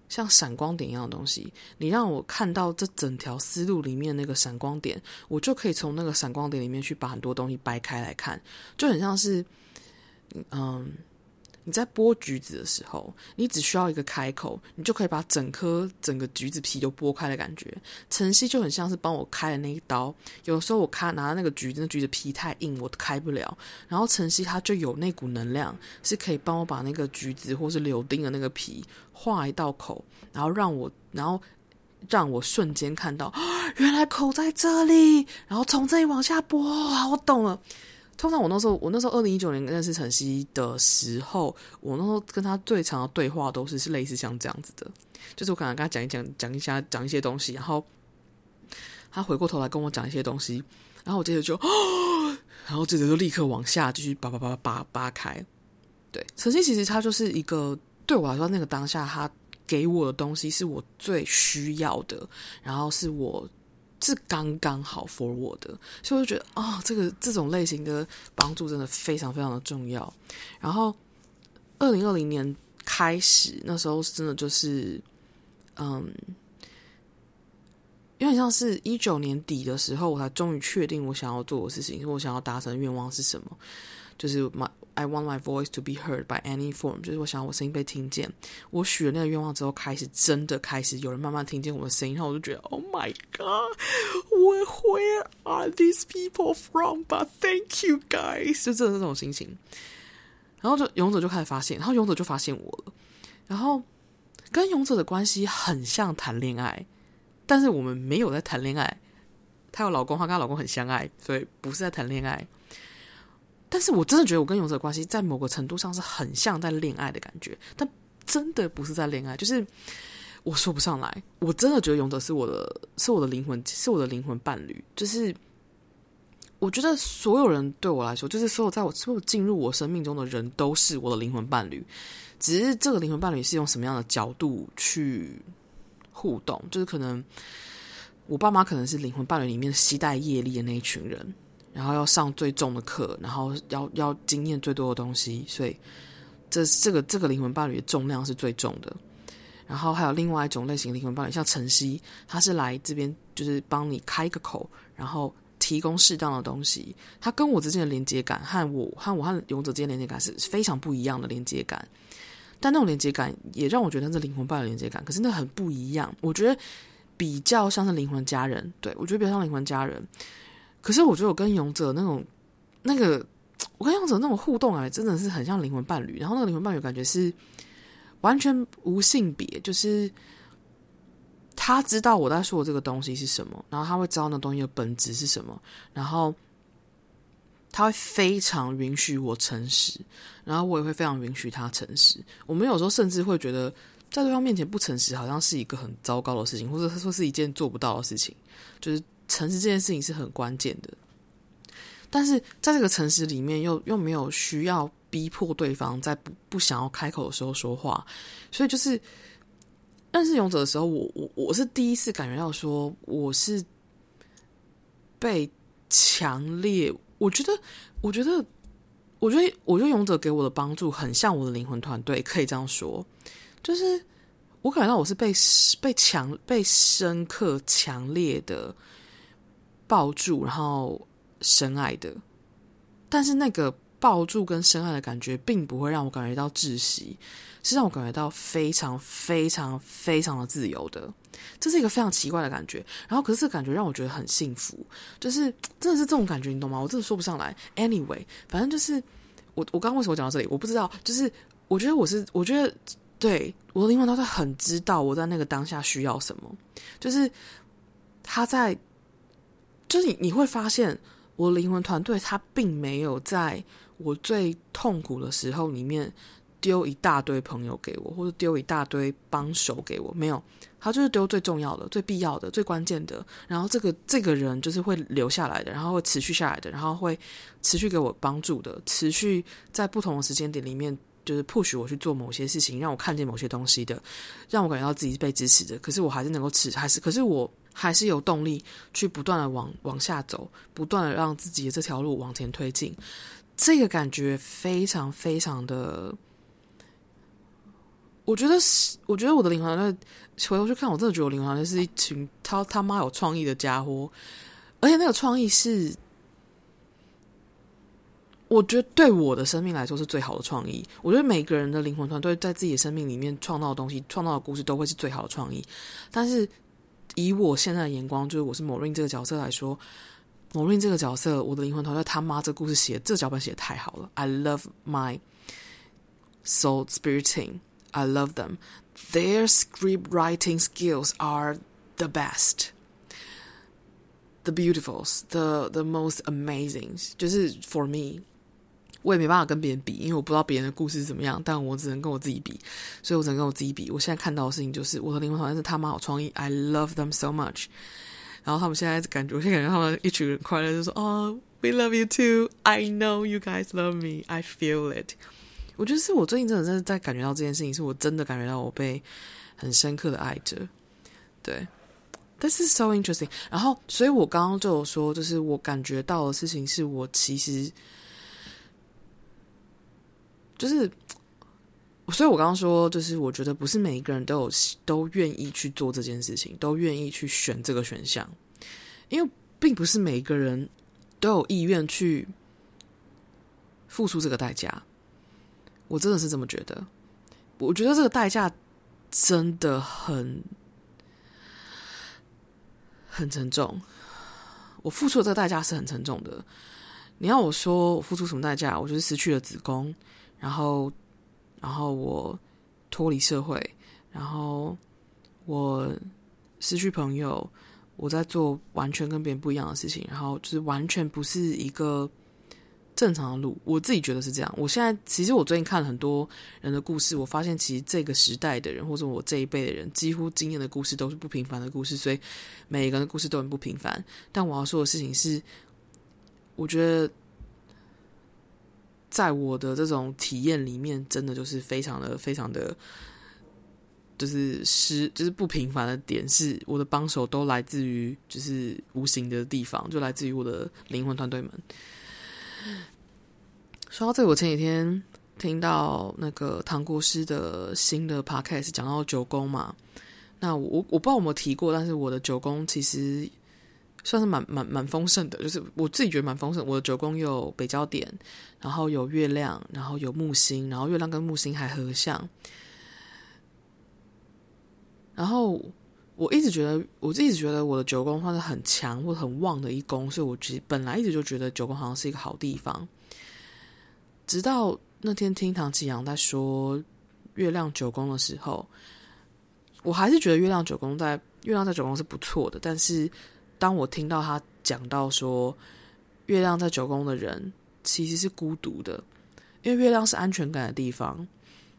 像闪光点一样的东西，你让我看到这整条思路里面那个闪光点，我就可以从那个闪光点里面去把很多东西掰开来看，就很像是嗯你在剥橘子的时候，你只需要一个开口，你就可以把整颗整个橘子皮都剥开的感觉。晨曦就很像是帮我开的那一刀，有的时候我开拿那个橘子，那橘子皮太硬，我开不了。然后晨曦它就有那股能量，是可以帮我把那个橘子或是柳丁的那个皮划一道口，然后让我，然后让我瞬间看到，原来口在这里，然后从这里往下剥，我懂了。通常我那时候，我那时候二零一九年认识晨曦的时候，我那时候跟他最长的对话都是是类似像这样子的，就是我可能跟他讲一讲，讲一下，讲一些东西，然后他回过头来跟我讲一些东西，然后我接着就，然后接着就立刻往下继续扒扒扒扒扒开。对，晨曦其实他就是一个对我来说，那个当下他给我的东西是我最需要的，然后是我。是刚刚好 for 我的，所以我就觉得啊、哦，这个这种类型的帮助真的非常非常的重要。然后，二零二零年开始，那时候真的就是，嗯，有点像是一九年底的时候，我才终于确定我想要做的事情，我想要达成的愿望是什么，就是 my I want my voice to be heard by any form， 就是我想要我声音被听见。我许了那个愿望之后，开始真的开始有人慢慢听见我的声音，然后我就觉得 Oh my God， Where are these people from? But thank you guys， 就真的是这种心情。然后就勇者就开始发现，然后勇者就发现我了。然后跟勇者的关系很像谈恋爱，但是我们没有在谈恋爱。她有老公，她跟她老公很相爱，所以不是在谈恋爱。但是我真的觉得我跟勇者的关系在某个程度上是很像在恋爱的感觉，但真的不是在恋爱，就是我说不上来。我真的觉得勇者是我的，是我的灵魂，是我的灵魂伴侣。就是我觉得所有人对我来说，就是所有在我所有进入我生命中的人都是我的灵魂伴侣，只是这个灵魂伴侣是用什么样的角度去互动。就是可能我爸妈可能是灵魂伴侣里面携带业力的那一群人。然后要上最重的课，然后要要经验最多的东西，所以这这个这个灵魂伴侣的重量是最重的。然后还有另外一种类型的灵魂伴侣，像晨曦，他是来这边就是帮你开个口，然后提供适当的东西。他跟我之间的连接感，和我和我和勇者之间的连接感是非常不一样的连接感。但那种连接感也让我觉得那是灵魂伴侣的连接感，可是那很不一样。我觉得比较像是灵魂家人，对，我觉得比较像灵魂家人。可是我觉得我跟勇者那种那个我跟勇者那种互动啊，真的是很像灵魂伴侣。然后那个灵魂伴侣感觉是完全无性别，就是他知道我在说的这个东西是什么，然后他会知道那东西的本质是什么，然后他会非常允许我诚实，然后我也会非常允许他诚实。我们有时候甚至会觉得在对方面前不诚实好像是一个很糟糕的事情，或者说是一件做不到的事情，就是诚实这件事情是很关键的，但是在这个诚实里面又又没有需要逼迫对方在不不想要开口的时候说话。所以就是认识勇者的时候，我我我是第一次感觉到说我是被强烈，我觉得我觉得我觉得我觉得勇者给我的帮助很像我的灵魂团队，可以这样说，就是我感觉到我是被被强被深刻强烈的抱住，然后深爱的。但是那个抱住跟深爱的感觉并不会让我感觉到窒息，是让我感觉到非常非常非常的自由的。这是一个非常奇怪的感觉，然后可是这个感觉让我觉得很幸福，就是真的是这种感觉，你懂吗？我真的说不上来。 Anyway， 反正就是我我刚刚为什么讲到这里我不知道，就是我觉得我是我觉得对我的灵魂团队很知道我在那个当下需要什么，就是他在就是你你会发现我的灵魂团队他并没有在我最痛苦的时候里面丢一大堆朋友给我，或者丢一大堆帮手给我，没有，他就是丢最重要的、最必要的、最关键的，然后这个这个人就是会留下来的，然后会持续下来的，然后会持续给我帮助的，持续在不同的时间点里面就是 push 我去做某些事情，让我看见某些东西的，让我感觉到自己是被支持的。可是我还是能够持，还是可是我还是有动力去不断的往往下走，不断的让自己的这条路往前推进。这个感觉非常非常的我觉得是，我觉得我的灵魂团队回头去看，我真的觉得我灵魂团队是一群他他妈有创意的家伙，而且那个创意是，我觉得对我的生命来说是最好的创意。我觉得每个人的灵魂团队在自己的生命里面创造的东西、创造的故事都会是最好的创意。但是以我现在的眼光，就是我是Maureen这个角色来说，Maureen这个角色，我的灵魂团队他妈这个故事写，这个脚本写得太好了。I love my soul spirit team. I love them. Their script writing skills are the best. The beautifuls, the the most amazing. 就是 for me, 我也没办法跟别人比，因为我不知道别人的故事是怎么样，但我只能跟我自己比，所以我只能跟我自己比。我现在看到的事情就是，我的灵魂团队是他妈好创意 ，I love them so much. 然后他们现在感觉，我现在感觉他们一群人快乐，就说哦 ，We love you too. I know you guys love me. I feel it. 我觉得是我最近真的是在感觉到这件事情，是我真的感觉到我被很深刻的爱着。对 ，This is so interesting. 然后，所以我刚刚就有说，就是我感觉到的事情，是我其实就是，所以我刚刚说，就是我觉得不是每一个人都有都愿意去做这件事情，都愿意去选这个选项，因为并不是每一个人都有意愿去付出这个代价。我真的是这么觉得，我觉得这个代价真的很很沉重。我付出的这个代价是很沉重的。你要我说我付出什么代价？我就是失去了子宫，然后，然后我脱离社会，然后我失去朋友，我在做完全跟别人不一样的事情，然后就是完全不是一个正常的路，我自己觉得是这样。我现在其实我最近看了很多人的故事，我发现其实这个时代的人或者我这一辈的人几乎经验的故事都是不平凡的故事，所以每一个人的故事都很不平凡。但我要说的事情是，我觉得在我的这种体验里面，真的就是非常的非常的就是是就是不平凡的点，是我的帮手都来自于就是无形的地方，就来自于我的灵魂团队们。说到这个，我前几天听到那个唐国师的新的 podcast 讲到九宫嘛，那我我不知道我有没有提过，但是我的九宫其实算是蛮蛮蛮丰盛的，就是我自己觉得蛮丰盛。我的九宫有北交点，然后有月亮，然后有木星，然后月亮跟木星还合相。然后我一直觉得，我一直觉得我的九宫算是很强或很旺的一宫，所以我其实本来一直就觉得九宫好像是一个好地方。直到那天听唐启阳在说月亮九宫的时候，我还是觉得月亮九宫在月亮在九宫是不错的，但是当我听到他讲到说月亮在九宫的人其实是孤独的，因为月亮是安全感的地方，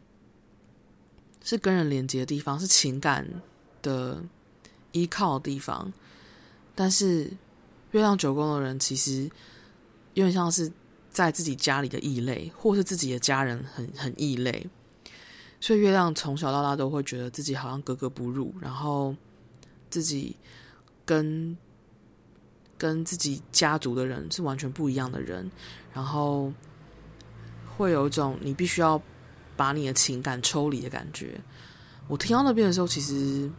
是跟人连接的地方，是情感的依靠的地方。但是月亮九宫的人其实有点像是在自己家里的异类，或是自己的家人很很异类，所以月亮从小到大都会觉得自己好像格格不入，然后自己跟跟自己家族的人是完全不一样的人，然后会有一种你必须要把你的情感抽离的感觉。我听到那边的时候，其实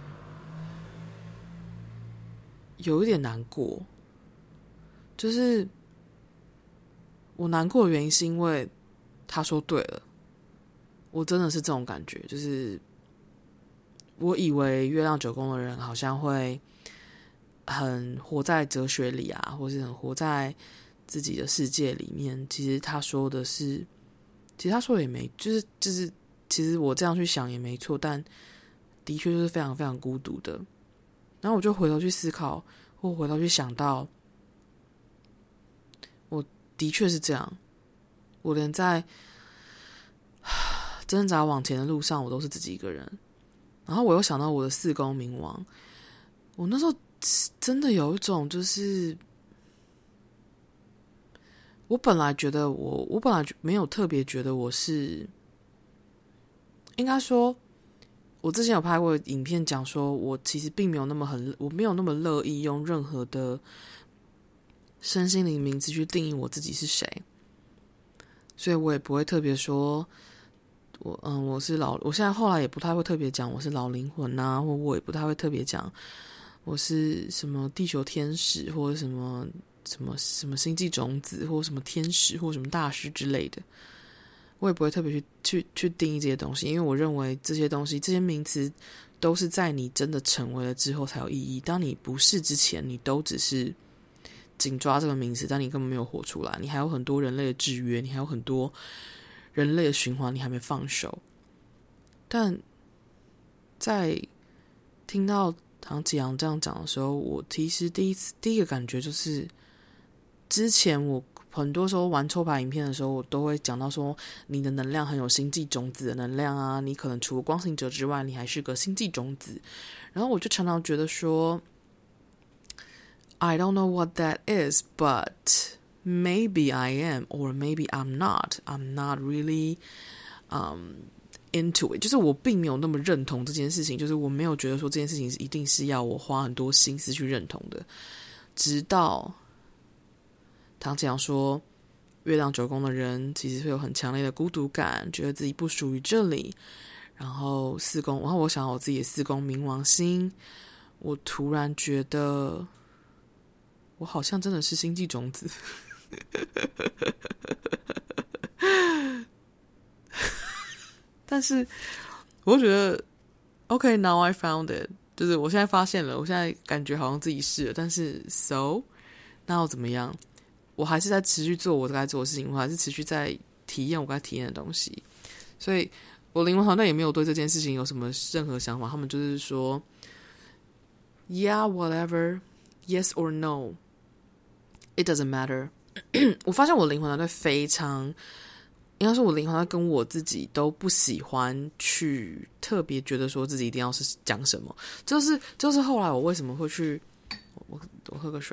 有一点难过，就是我难过的原因是因为他说对了，我真的是这种感觉，就是我以为月亮九宫的人好像会很活在哲学里啊，或是很活在自己的世界里面。其实他说的是，其实他说的也没，就是就是，其实我这样去想也没错，但的确就是非常非常孤独的。然后我就回头去思考，或回头去想到，我的确是这样。我连在挣扎往前的路上，我都是自己一个人。然后我又想到我的四宫冥王，我那时候真的有一种就是，我本来觉得我，我本来没有特别觉得我是，应该说，我之前有拍过影片讲说，我其实并没有那么很，我没有那么乐意用任何的身心灵名字去定义我自己是谁，所以我也不会特别说我嗯，我是老，我现在后来也不太会特别讲我是老灵魂啊，或我也不太会特别讲我是什么地球天使，或者什么什么什么星际种子，或什么天使，或什么大师之类的。我也不会特别去去去定义这些东西，因为我认为这些东西，这些名词都是在你真的成为了之后才有意义。当你不是之前，你都只是紧抓这个名词，但你根本没有活出来。你还有很多人类的制约，你还有很多人类的循环，你还没放手。但在听到唐启阳这样讲的时候，我其实第一次第一个感觉就是，之前我很多时候玩抽牌影片的时候，我都会讲到说，你的能量很有星际种子的能量啊，你可能除了光行者之外，你还是个星际种子。然后我就常常觉得说 I don't know what that is, but maybe I am, or maybe I'm not. I'm not really um, into it. 就是我并没有那么认同这件事情，就是我没有觉得说这件事情一定是要我花很多心思去认同的。直到唐启阳说，月亮九宫的人其实会有很强烈的孤独感，觉得自己不属于这里。然后四宫，然后我想到我自己的四宫冥王星，我突然觉得我好像真的是星际种子。但是我觉得 OK, now I found it， 就是我现在发现了，我现在感觉好像自己是了，但是 so 那又怎么样？我还是在持续做我该做的事情，我还是持续在体验我该体验的东西。所以我灵魂团队也没有对这件事情有什么任何想法，他们就是说 Yeah, whatever, yes or no, it doesn't matter。 我发现我灵魂团队非常，应该说我灵魂团队跟我自己都不喜欢去特别觉得说自己一定要是讲什么，就是就是后来我为什么会去，我我喝个水。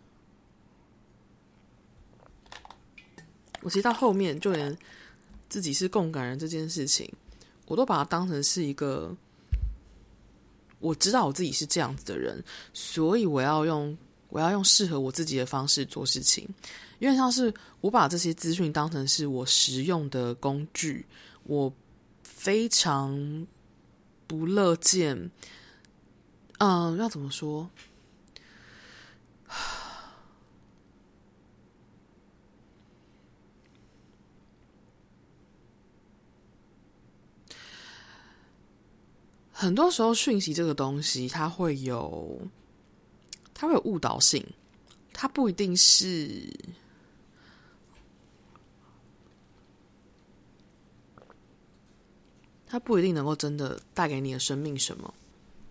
我其实到后面就连自己是共感人这件事情，我都把它当成是一个，我知道我自己是这样子的人，所以我要用我要用适合我自己的方式做事情。因为像是我把这些资讯当成是我实用的工具，我非常不乐见，嗯，要怎么说？很多时候讯息这个东西它会有它会有误导性，它不一定是它不一定能够真的带给你的生命什么。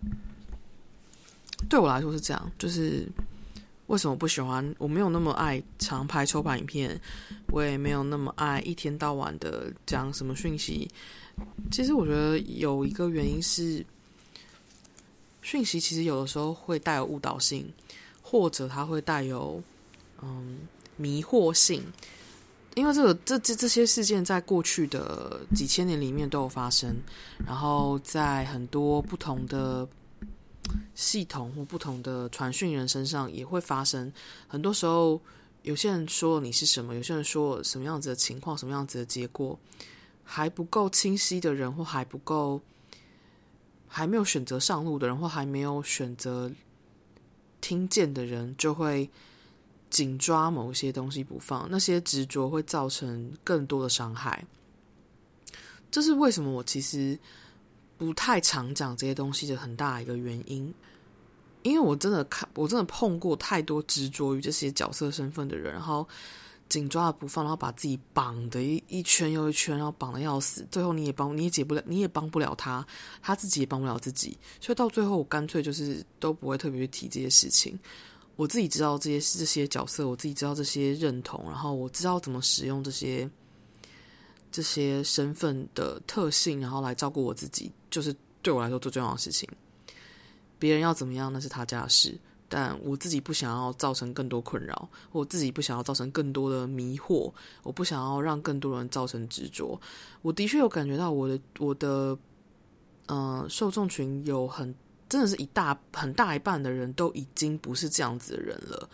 对我来说是这样，就是为什么不喜欢，我没有那么爱常拍抽牌影片，我也没有那么爱一天到晚的讲什么讯息。其实我觉得有一个原因是，讯息其实有的时候会带有误导性，或者它会带有嗯迷惑性。因为这个这这这些事件在过去的几千年里面都有发生，然后在很多不同的系统或不同的传讯人身上也会发生。很多时候有些人说你是什么，有些人说什么样子的情况，什么样子的结果，还不够清晰的人，或还不够还没有选择上路的人，或还没有选择听见的人，就会紧抓某些东西不放，那些执着会造成更多的伤害。这是为什么我其实不太常讲这些东西的很大一个原因。因为我真的看，我真的碰过太多执着于这些角色身份的人，然后紧抓的不放，然后把自己绑的一一圈又一圈，然后绑的要死，最后你也帮你也解不了，你也帮不了他，他自己也帮不了自己，所以到最后我干脆就是都不会特别去提这些事情。我自己知道这些这些角色，我自己知道这些认同，然后我知道怎么使用这些这些身份的特性，然后来照顾我自己，就是对我来说最重要的事情。别人要怎么样那是他家的事，但我自己不想要造成更多困扰，我自己不想要造成更多的迷惑，我不想要让更多人造成执着。我的确有感觉到我的我的呃受众群有很真的是一大很大一半的人都已经不是这样子的人了，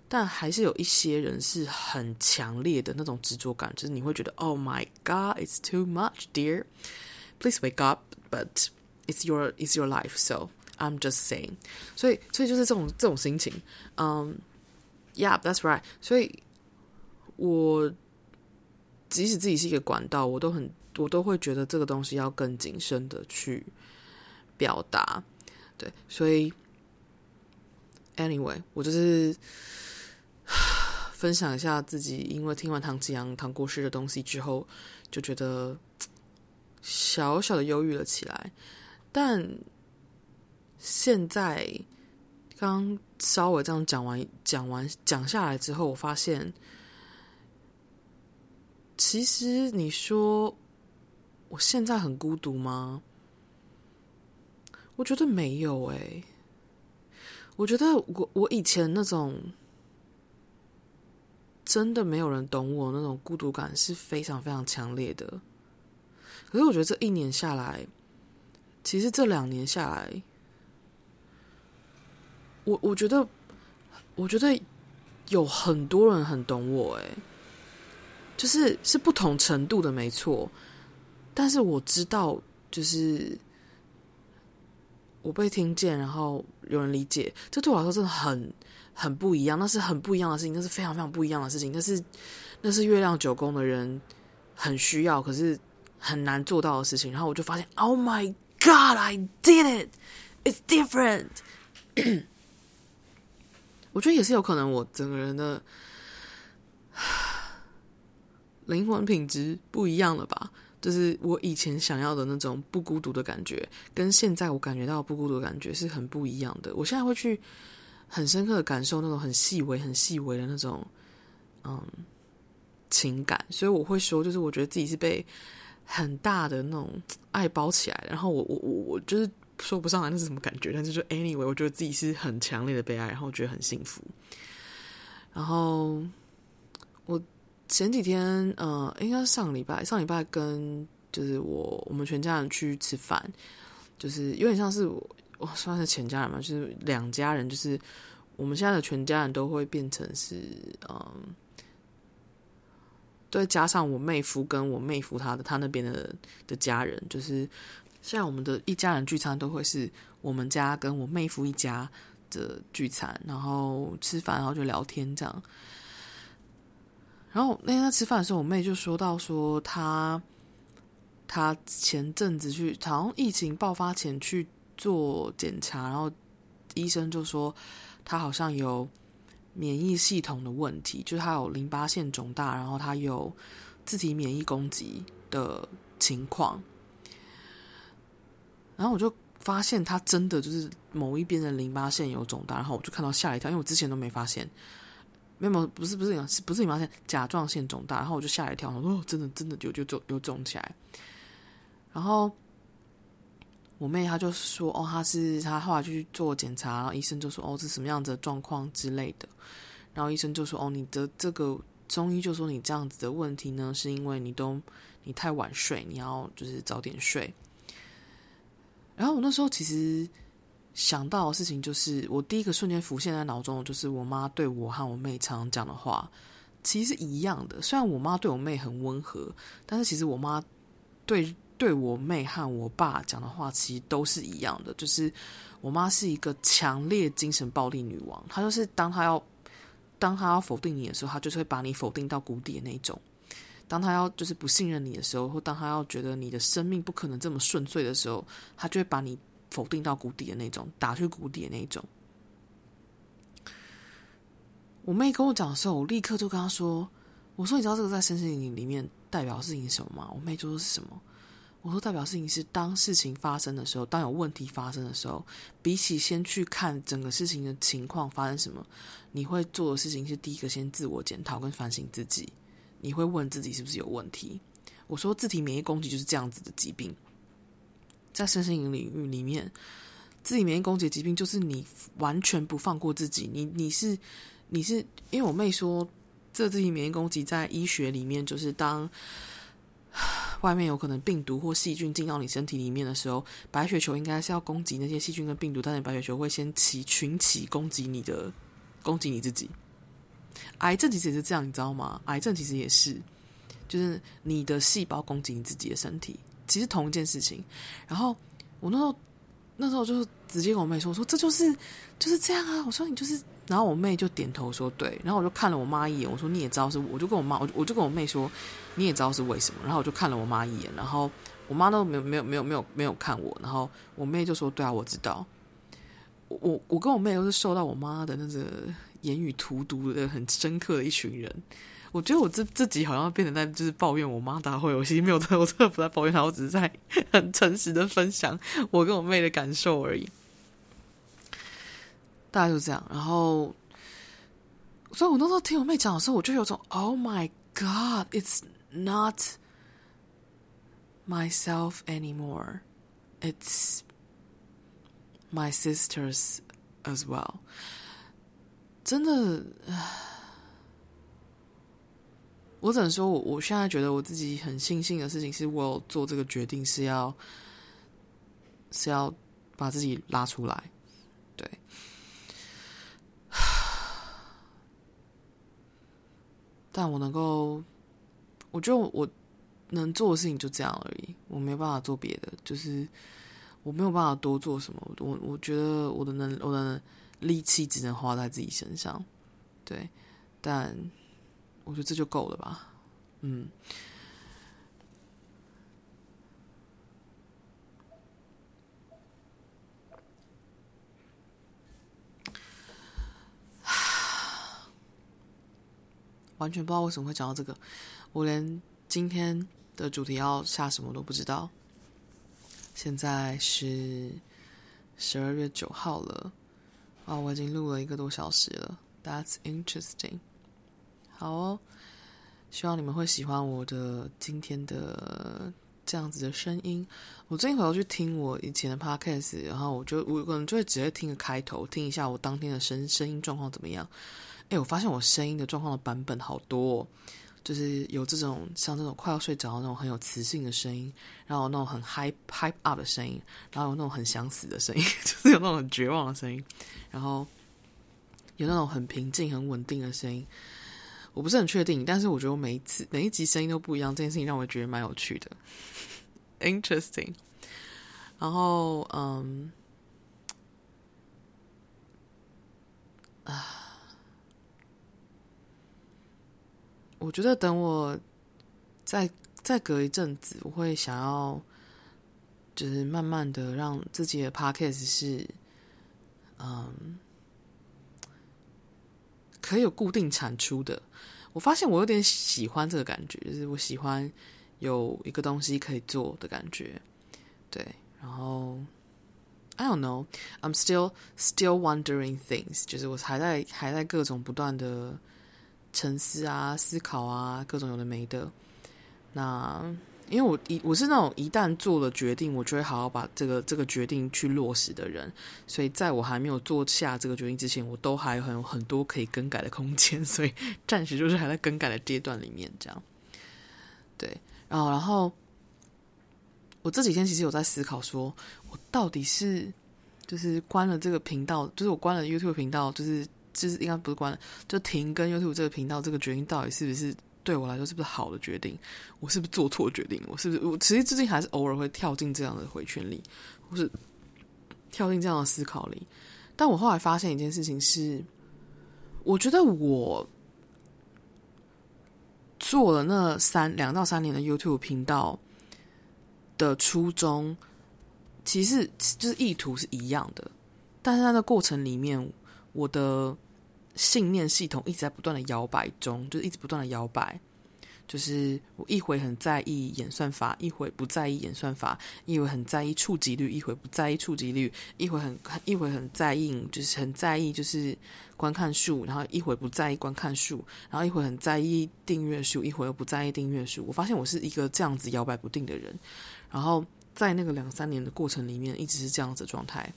但还是有一些人是很强烈的那种执着感，就是你会觉得 Oh my God, it's too much, dear. Please wake up, but it's your, it's your life, so I'm just saying. 所以所以就是这种这种心情。嗯、um, Yeah, that's right. 所以我即使自己是一个管道，我都很我都会觉得这个东西要更谨慎的去表达。对，所以 anyway 我就是分享一下自己因为听完唐启阳唐国师的东西之后就觉得小小的忧郁了起来。但现在刚稍微这样讲完讲完讲下来之后，我发现其实你说我现在很孤独吗？我觉得没有诶、欸，我觉得我我以前那种真的没有人懂我那种孤独感是非常非常强烈的。可是我觉得这一年下来，其实这两年下来，我我觉得我觉得有很多人很懂我诶、欸，就是是不同程度的没错，但是我知道就是我被听见，然后有人理解，这对我来说真的很很不一样，那是很不一样的事情，那是非常非常不一样的事情，那是那是月亮九宫的人很需要可是很难做到的事情。然后我就发现 Oh my God, I did it, it's different 我觉得也是有可能我整个人的灵魂品质不一样了吧，就是我以前想要的那种不孤独的感觉跟现在我感觉到不孤独的感觉是很不一样的。我现在会去很深刻的感受那种很细微很细微的那种嗯情感，所以我会说就是我觉得自己是被很大的那种爱包起来的，然后我我我我就是说不上来那是什么感觉，但是就 anyway 我觉得自己是很强烈的被爱，然后我觉得很幸福。然后我前几天呃，应该是上礼拜上礼拜跟就是我我们全家人去吃饭，就是有点像是我我算是全家人嘛，就是两家人，就是我们现在的全家人都会变成是嗯，对，加上我妹夫跟我妹夫他的他那边的的家人，就是现在我们的一家人聚餐都会是我们家跟我妹夫一家的聚餐，然后吃饭，然后就聊天这样。然后那天在吃饭的时候，我妹就说到说她她前阵子去，好像疫情爆发前去做检查，然后医生就说她好像有免疫系统的问题，就是她有淋巴腺肿大，然后她有自体免疫攻击的情况。然后我就发现她真的就是某一边的淋巴腺有肿大，然后我就看到吓了一跳，因为我之前都没发现。没有，不是不是不是淋巴腺，甲状腺肿大，然后我就吓了一跳，我说哦，真的真的就就肿有肿起来。然后我妹她就说哦，她是她后来就去做检查，然后医生就说哦，这是什么样子的状况之类的。然后医生就说哦，你的这个中医就说你这样子的问题呢，是因为你都你太晚睡，你要就是早点睡。然后我那时候其实想到的事情就是，我第一个瞬间浮现在脑中的就是我妈对我和我妹常常讲的话，其实是一样的。虽然我妈对我妹很温和，但是其实我妈对对我妹和我爸讲的话其实都是一样的。就是我妈是一个强烈精神暴力女王，她就是当她要当她要否定你的时候，她就是会把你否定到谷底的那种。当她要就是不信任你的时候，或当她要觉得你的生命不可能这么顺遂的时候，她就会把你否定到谷底的那种，打去谷底的那种。我妹跟我讲的时候，我立刻就跟她说，我说你知道这个在身心灵里面代表的事情是什么吗？我妹就说是什么？我说代表事情是当事情发生的时候，当有问题发生的时候，比起先去看整个事情的情况发生什么，你会做的事情是第一个先自我检讨跟反省自己，你会问自己是不是有问题。我说自体免疫攻击就是这样子的疾病，在身心灵领域里面，自体免疫攻击的疾病就是你完全不放过自己，你你是你是因为我妹说这自体免疫攻击在医学里面就是当外面有可能病毒或细菌进到你身体里面的时候，白血球应该是要攻击那些细菌跟病毒，但是白血球会先起群起攻击你的攻击你自己。 癌症其实也是这样，你知道吗？癌症其实也是，就是你的细胞攻击你自己的身体，其实同一件事情。然后我那时候那时候就直接跟我妹说，我说这就是就是这样啊，我说你就是，然后我妹就点头说对，然后我就看了我妈一眼，我说你也知道是，我就跟我妈，我就我就跟我妹说你也知道是为什么，然后我就看了我妈一眼，然后我妈都没有没有没有没有没有看我，然后我妹就说对啊，我知道。我我跟我妹都是受到我妈的那个言语荼毒的很深刻的一群人。我觉得我这这集好像变成在就是抱怨我妈大会，我其实没有，我真的不在抱怨她，我只是在很诚实的分享我跟我妹的感受而已。大概就这样，然后，所以我那时候听我妹讲的时候，我就有种 Oh my God, it's not myself anymore. It's my sisters as well. 真的，我只能说我，我现在觉得我自己很庆幸的事情是，我有做这个决定是要是要把自己拉出来，对。但我能够，我觉得我能做的事情就这样而已，我没有办法做别的，就是我没有办法多做什么。我我觉得我的能我的力气只能花在自己身上，对。但我觉得这就够了吧，嗯。完全不知道为什么会讲到这个，我连今天的主题要下什么都不知道。现在是十二月九号了，啊，我已经录了一个多小时了。That's interesting。好哦，希望你们会喜欢我的今天的这样子的声音。我最近回头去听我以前的 podcast， 然后我就我可能就会直接听个开头，听一下我当天的声声音状况怎么样。哎，我发现我声音的状况的版本好多哦，就是有这种像这种快要睡着的那种很有磁性的声音，然后有那种很 hype hype up 的声音，然后有那种很想死的声音，就是有那种很绝望的声音，然后有那种很平静很稳定的声音。我不是很确定，但是我觉得我每一次每一集声音都不一样，这件事情让我觉得蛮有趣的 ，interesting。然后嗯啊。我觉得等我再再隔一阵子，我会想要就是慢慢的让自己的 podcast 是嗯可以有固定产出的。我发现我有点喜欢这个感觉，就是我喜欢有一个东西可以做的感觉。对，然后 I don't know, I'm still still wondering things， 就是我还在还在各种不断的沉思啊、思考啊，各种有的没的。那因为我一我是那种一旦做了决定，我就会好好把这个这个决定去落实的人，所以在我还没有做下这个决定之前，我都还很有很多可以更改的空间，所以暂时就是还在更改的阶段里面，这样。对，然后然后我这几天其实有在思考说，我到底是就是关了这个频道，就是我关了 YouTube 频道，就是就是应该不是关了，就停跟 YouTube 这个频道这个决定到底是不是对我来说是不是好的决定？我是不是做错决定？我是不是我其实最近还是偶尔会跳进这样的回圈里，或是跳进这样的思考里。但我后来发现一件事情是，我觉得我做了那三两到三年的 YouTube 频道的初衷，其实就是意图是一样的，但是在那过程里面，我的信念系统一直在不断的摇摆中，就是一直不断的摇摆。就是我一回很在意演算法，一回不在意演算法，一回很在意触及率，一回不在意触及率，一回很一回很在意，就是很在意就是观看数，然后一回不在意观看数，然后一回很在意订阅数，一回又不在意订阅数。我发现我是一个这样子摇摆不定的人，然后在那个两三年的过程里面，一直是这样子的状态。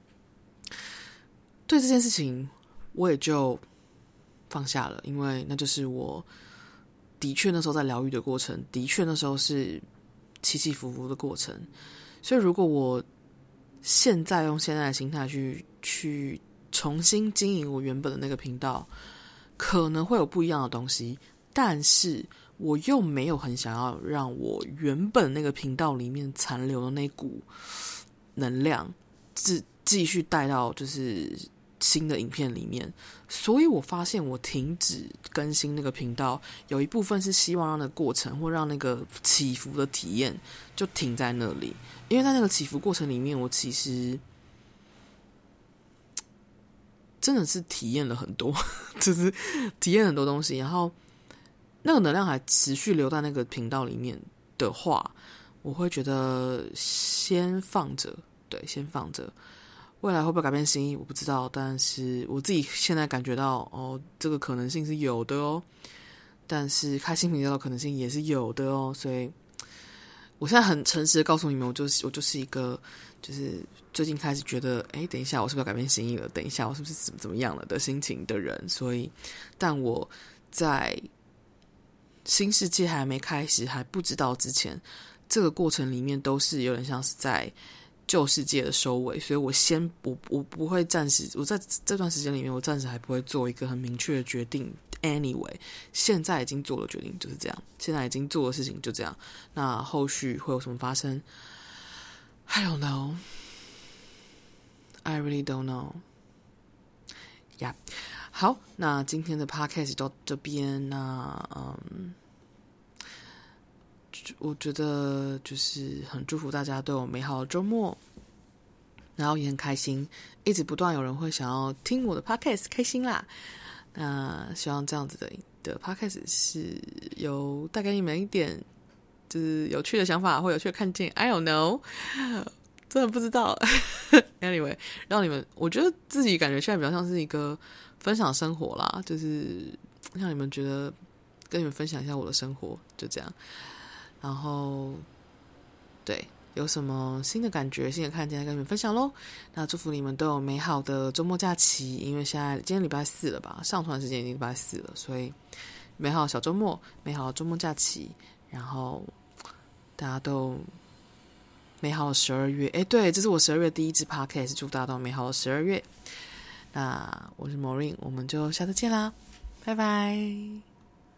对这件事情，我也就放下了，因为那就是我的确那时候在疗愈的过程，的确那时候是起起伏伏的过程。所以如果我现在用现在的心态去去重新经营我原本的那个频道， 可能会有不一样的东西，但是我又没有很想要让我原本那个频道里面残留的那股能量继继续带到就是新的影片里面，所以我发现我停止更新那个频道，有一部分是希望让那个过程或让那个起伏的体验就停在那里，因为在那个起伏过程里面，我其实真的是体验了很多，就是体验很多东西，然后那个能量还持续留在那个频道里面的话，我会觉得先放着，对，先放着。未来会不会改变心意我不知道，但是我自己现在感觉到哦，这个可能性是有的哦，但是开新频道的可能性也是有的哦，所以我现在很诚实的告诉你们，我就是我就是一个就是最近开始觉得哎，等一下我是不是要改变心意了，等一下我是不是怎么怎么样了的心情的人，所以但我在新世界还没开始还不知道之前，这个过程里面都是有点像是在旧世界的收尾，所以我先我我不会暂时，我在这段时间里面我暂时还不会做一个很明确的决定。 anyway 现在已经做了决定就是这样，现在已经做的事情就这样，那后续会有什么发生 I don't know I really don't know yeah 好，那今天的 podcast 到这边，那嗯我觉得就是很祝福大家都有美好的周末，然后也很开心一直不断有人会想要听我的 podcast， 开心啦。那希望这样子的的 podcast 是有带给你们一点就是有趣的想法或有趣的看见， I don't know 真的不知道anyway 让你们，我觉得自己感觉现在比较像是一个分享生活啦，就是让你们觉得跟你们分享一下我的生活，就这样。然后对有什么新的感觉新的看见跟你们分享咯。那祝福你们都有美好的周末假期，因为现在今天礼拜四了吧，上传时间已经礼拜四了，所以美好的小周末，美好的周末假期，然后大家都美好的十二月。诶对，这是我十二月第一支 podcast， 祝大家都有美好的十二月。那我是 Maureen， 我们就下次见啦，拜拜。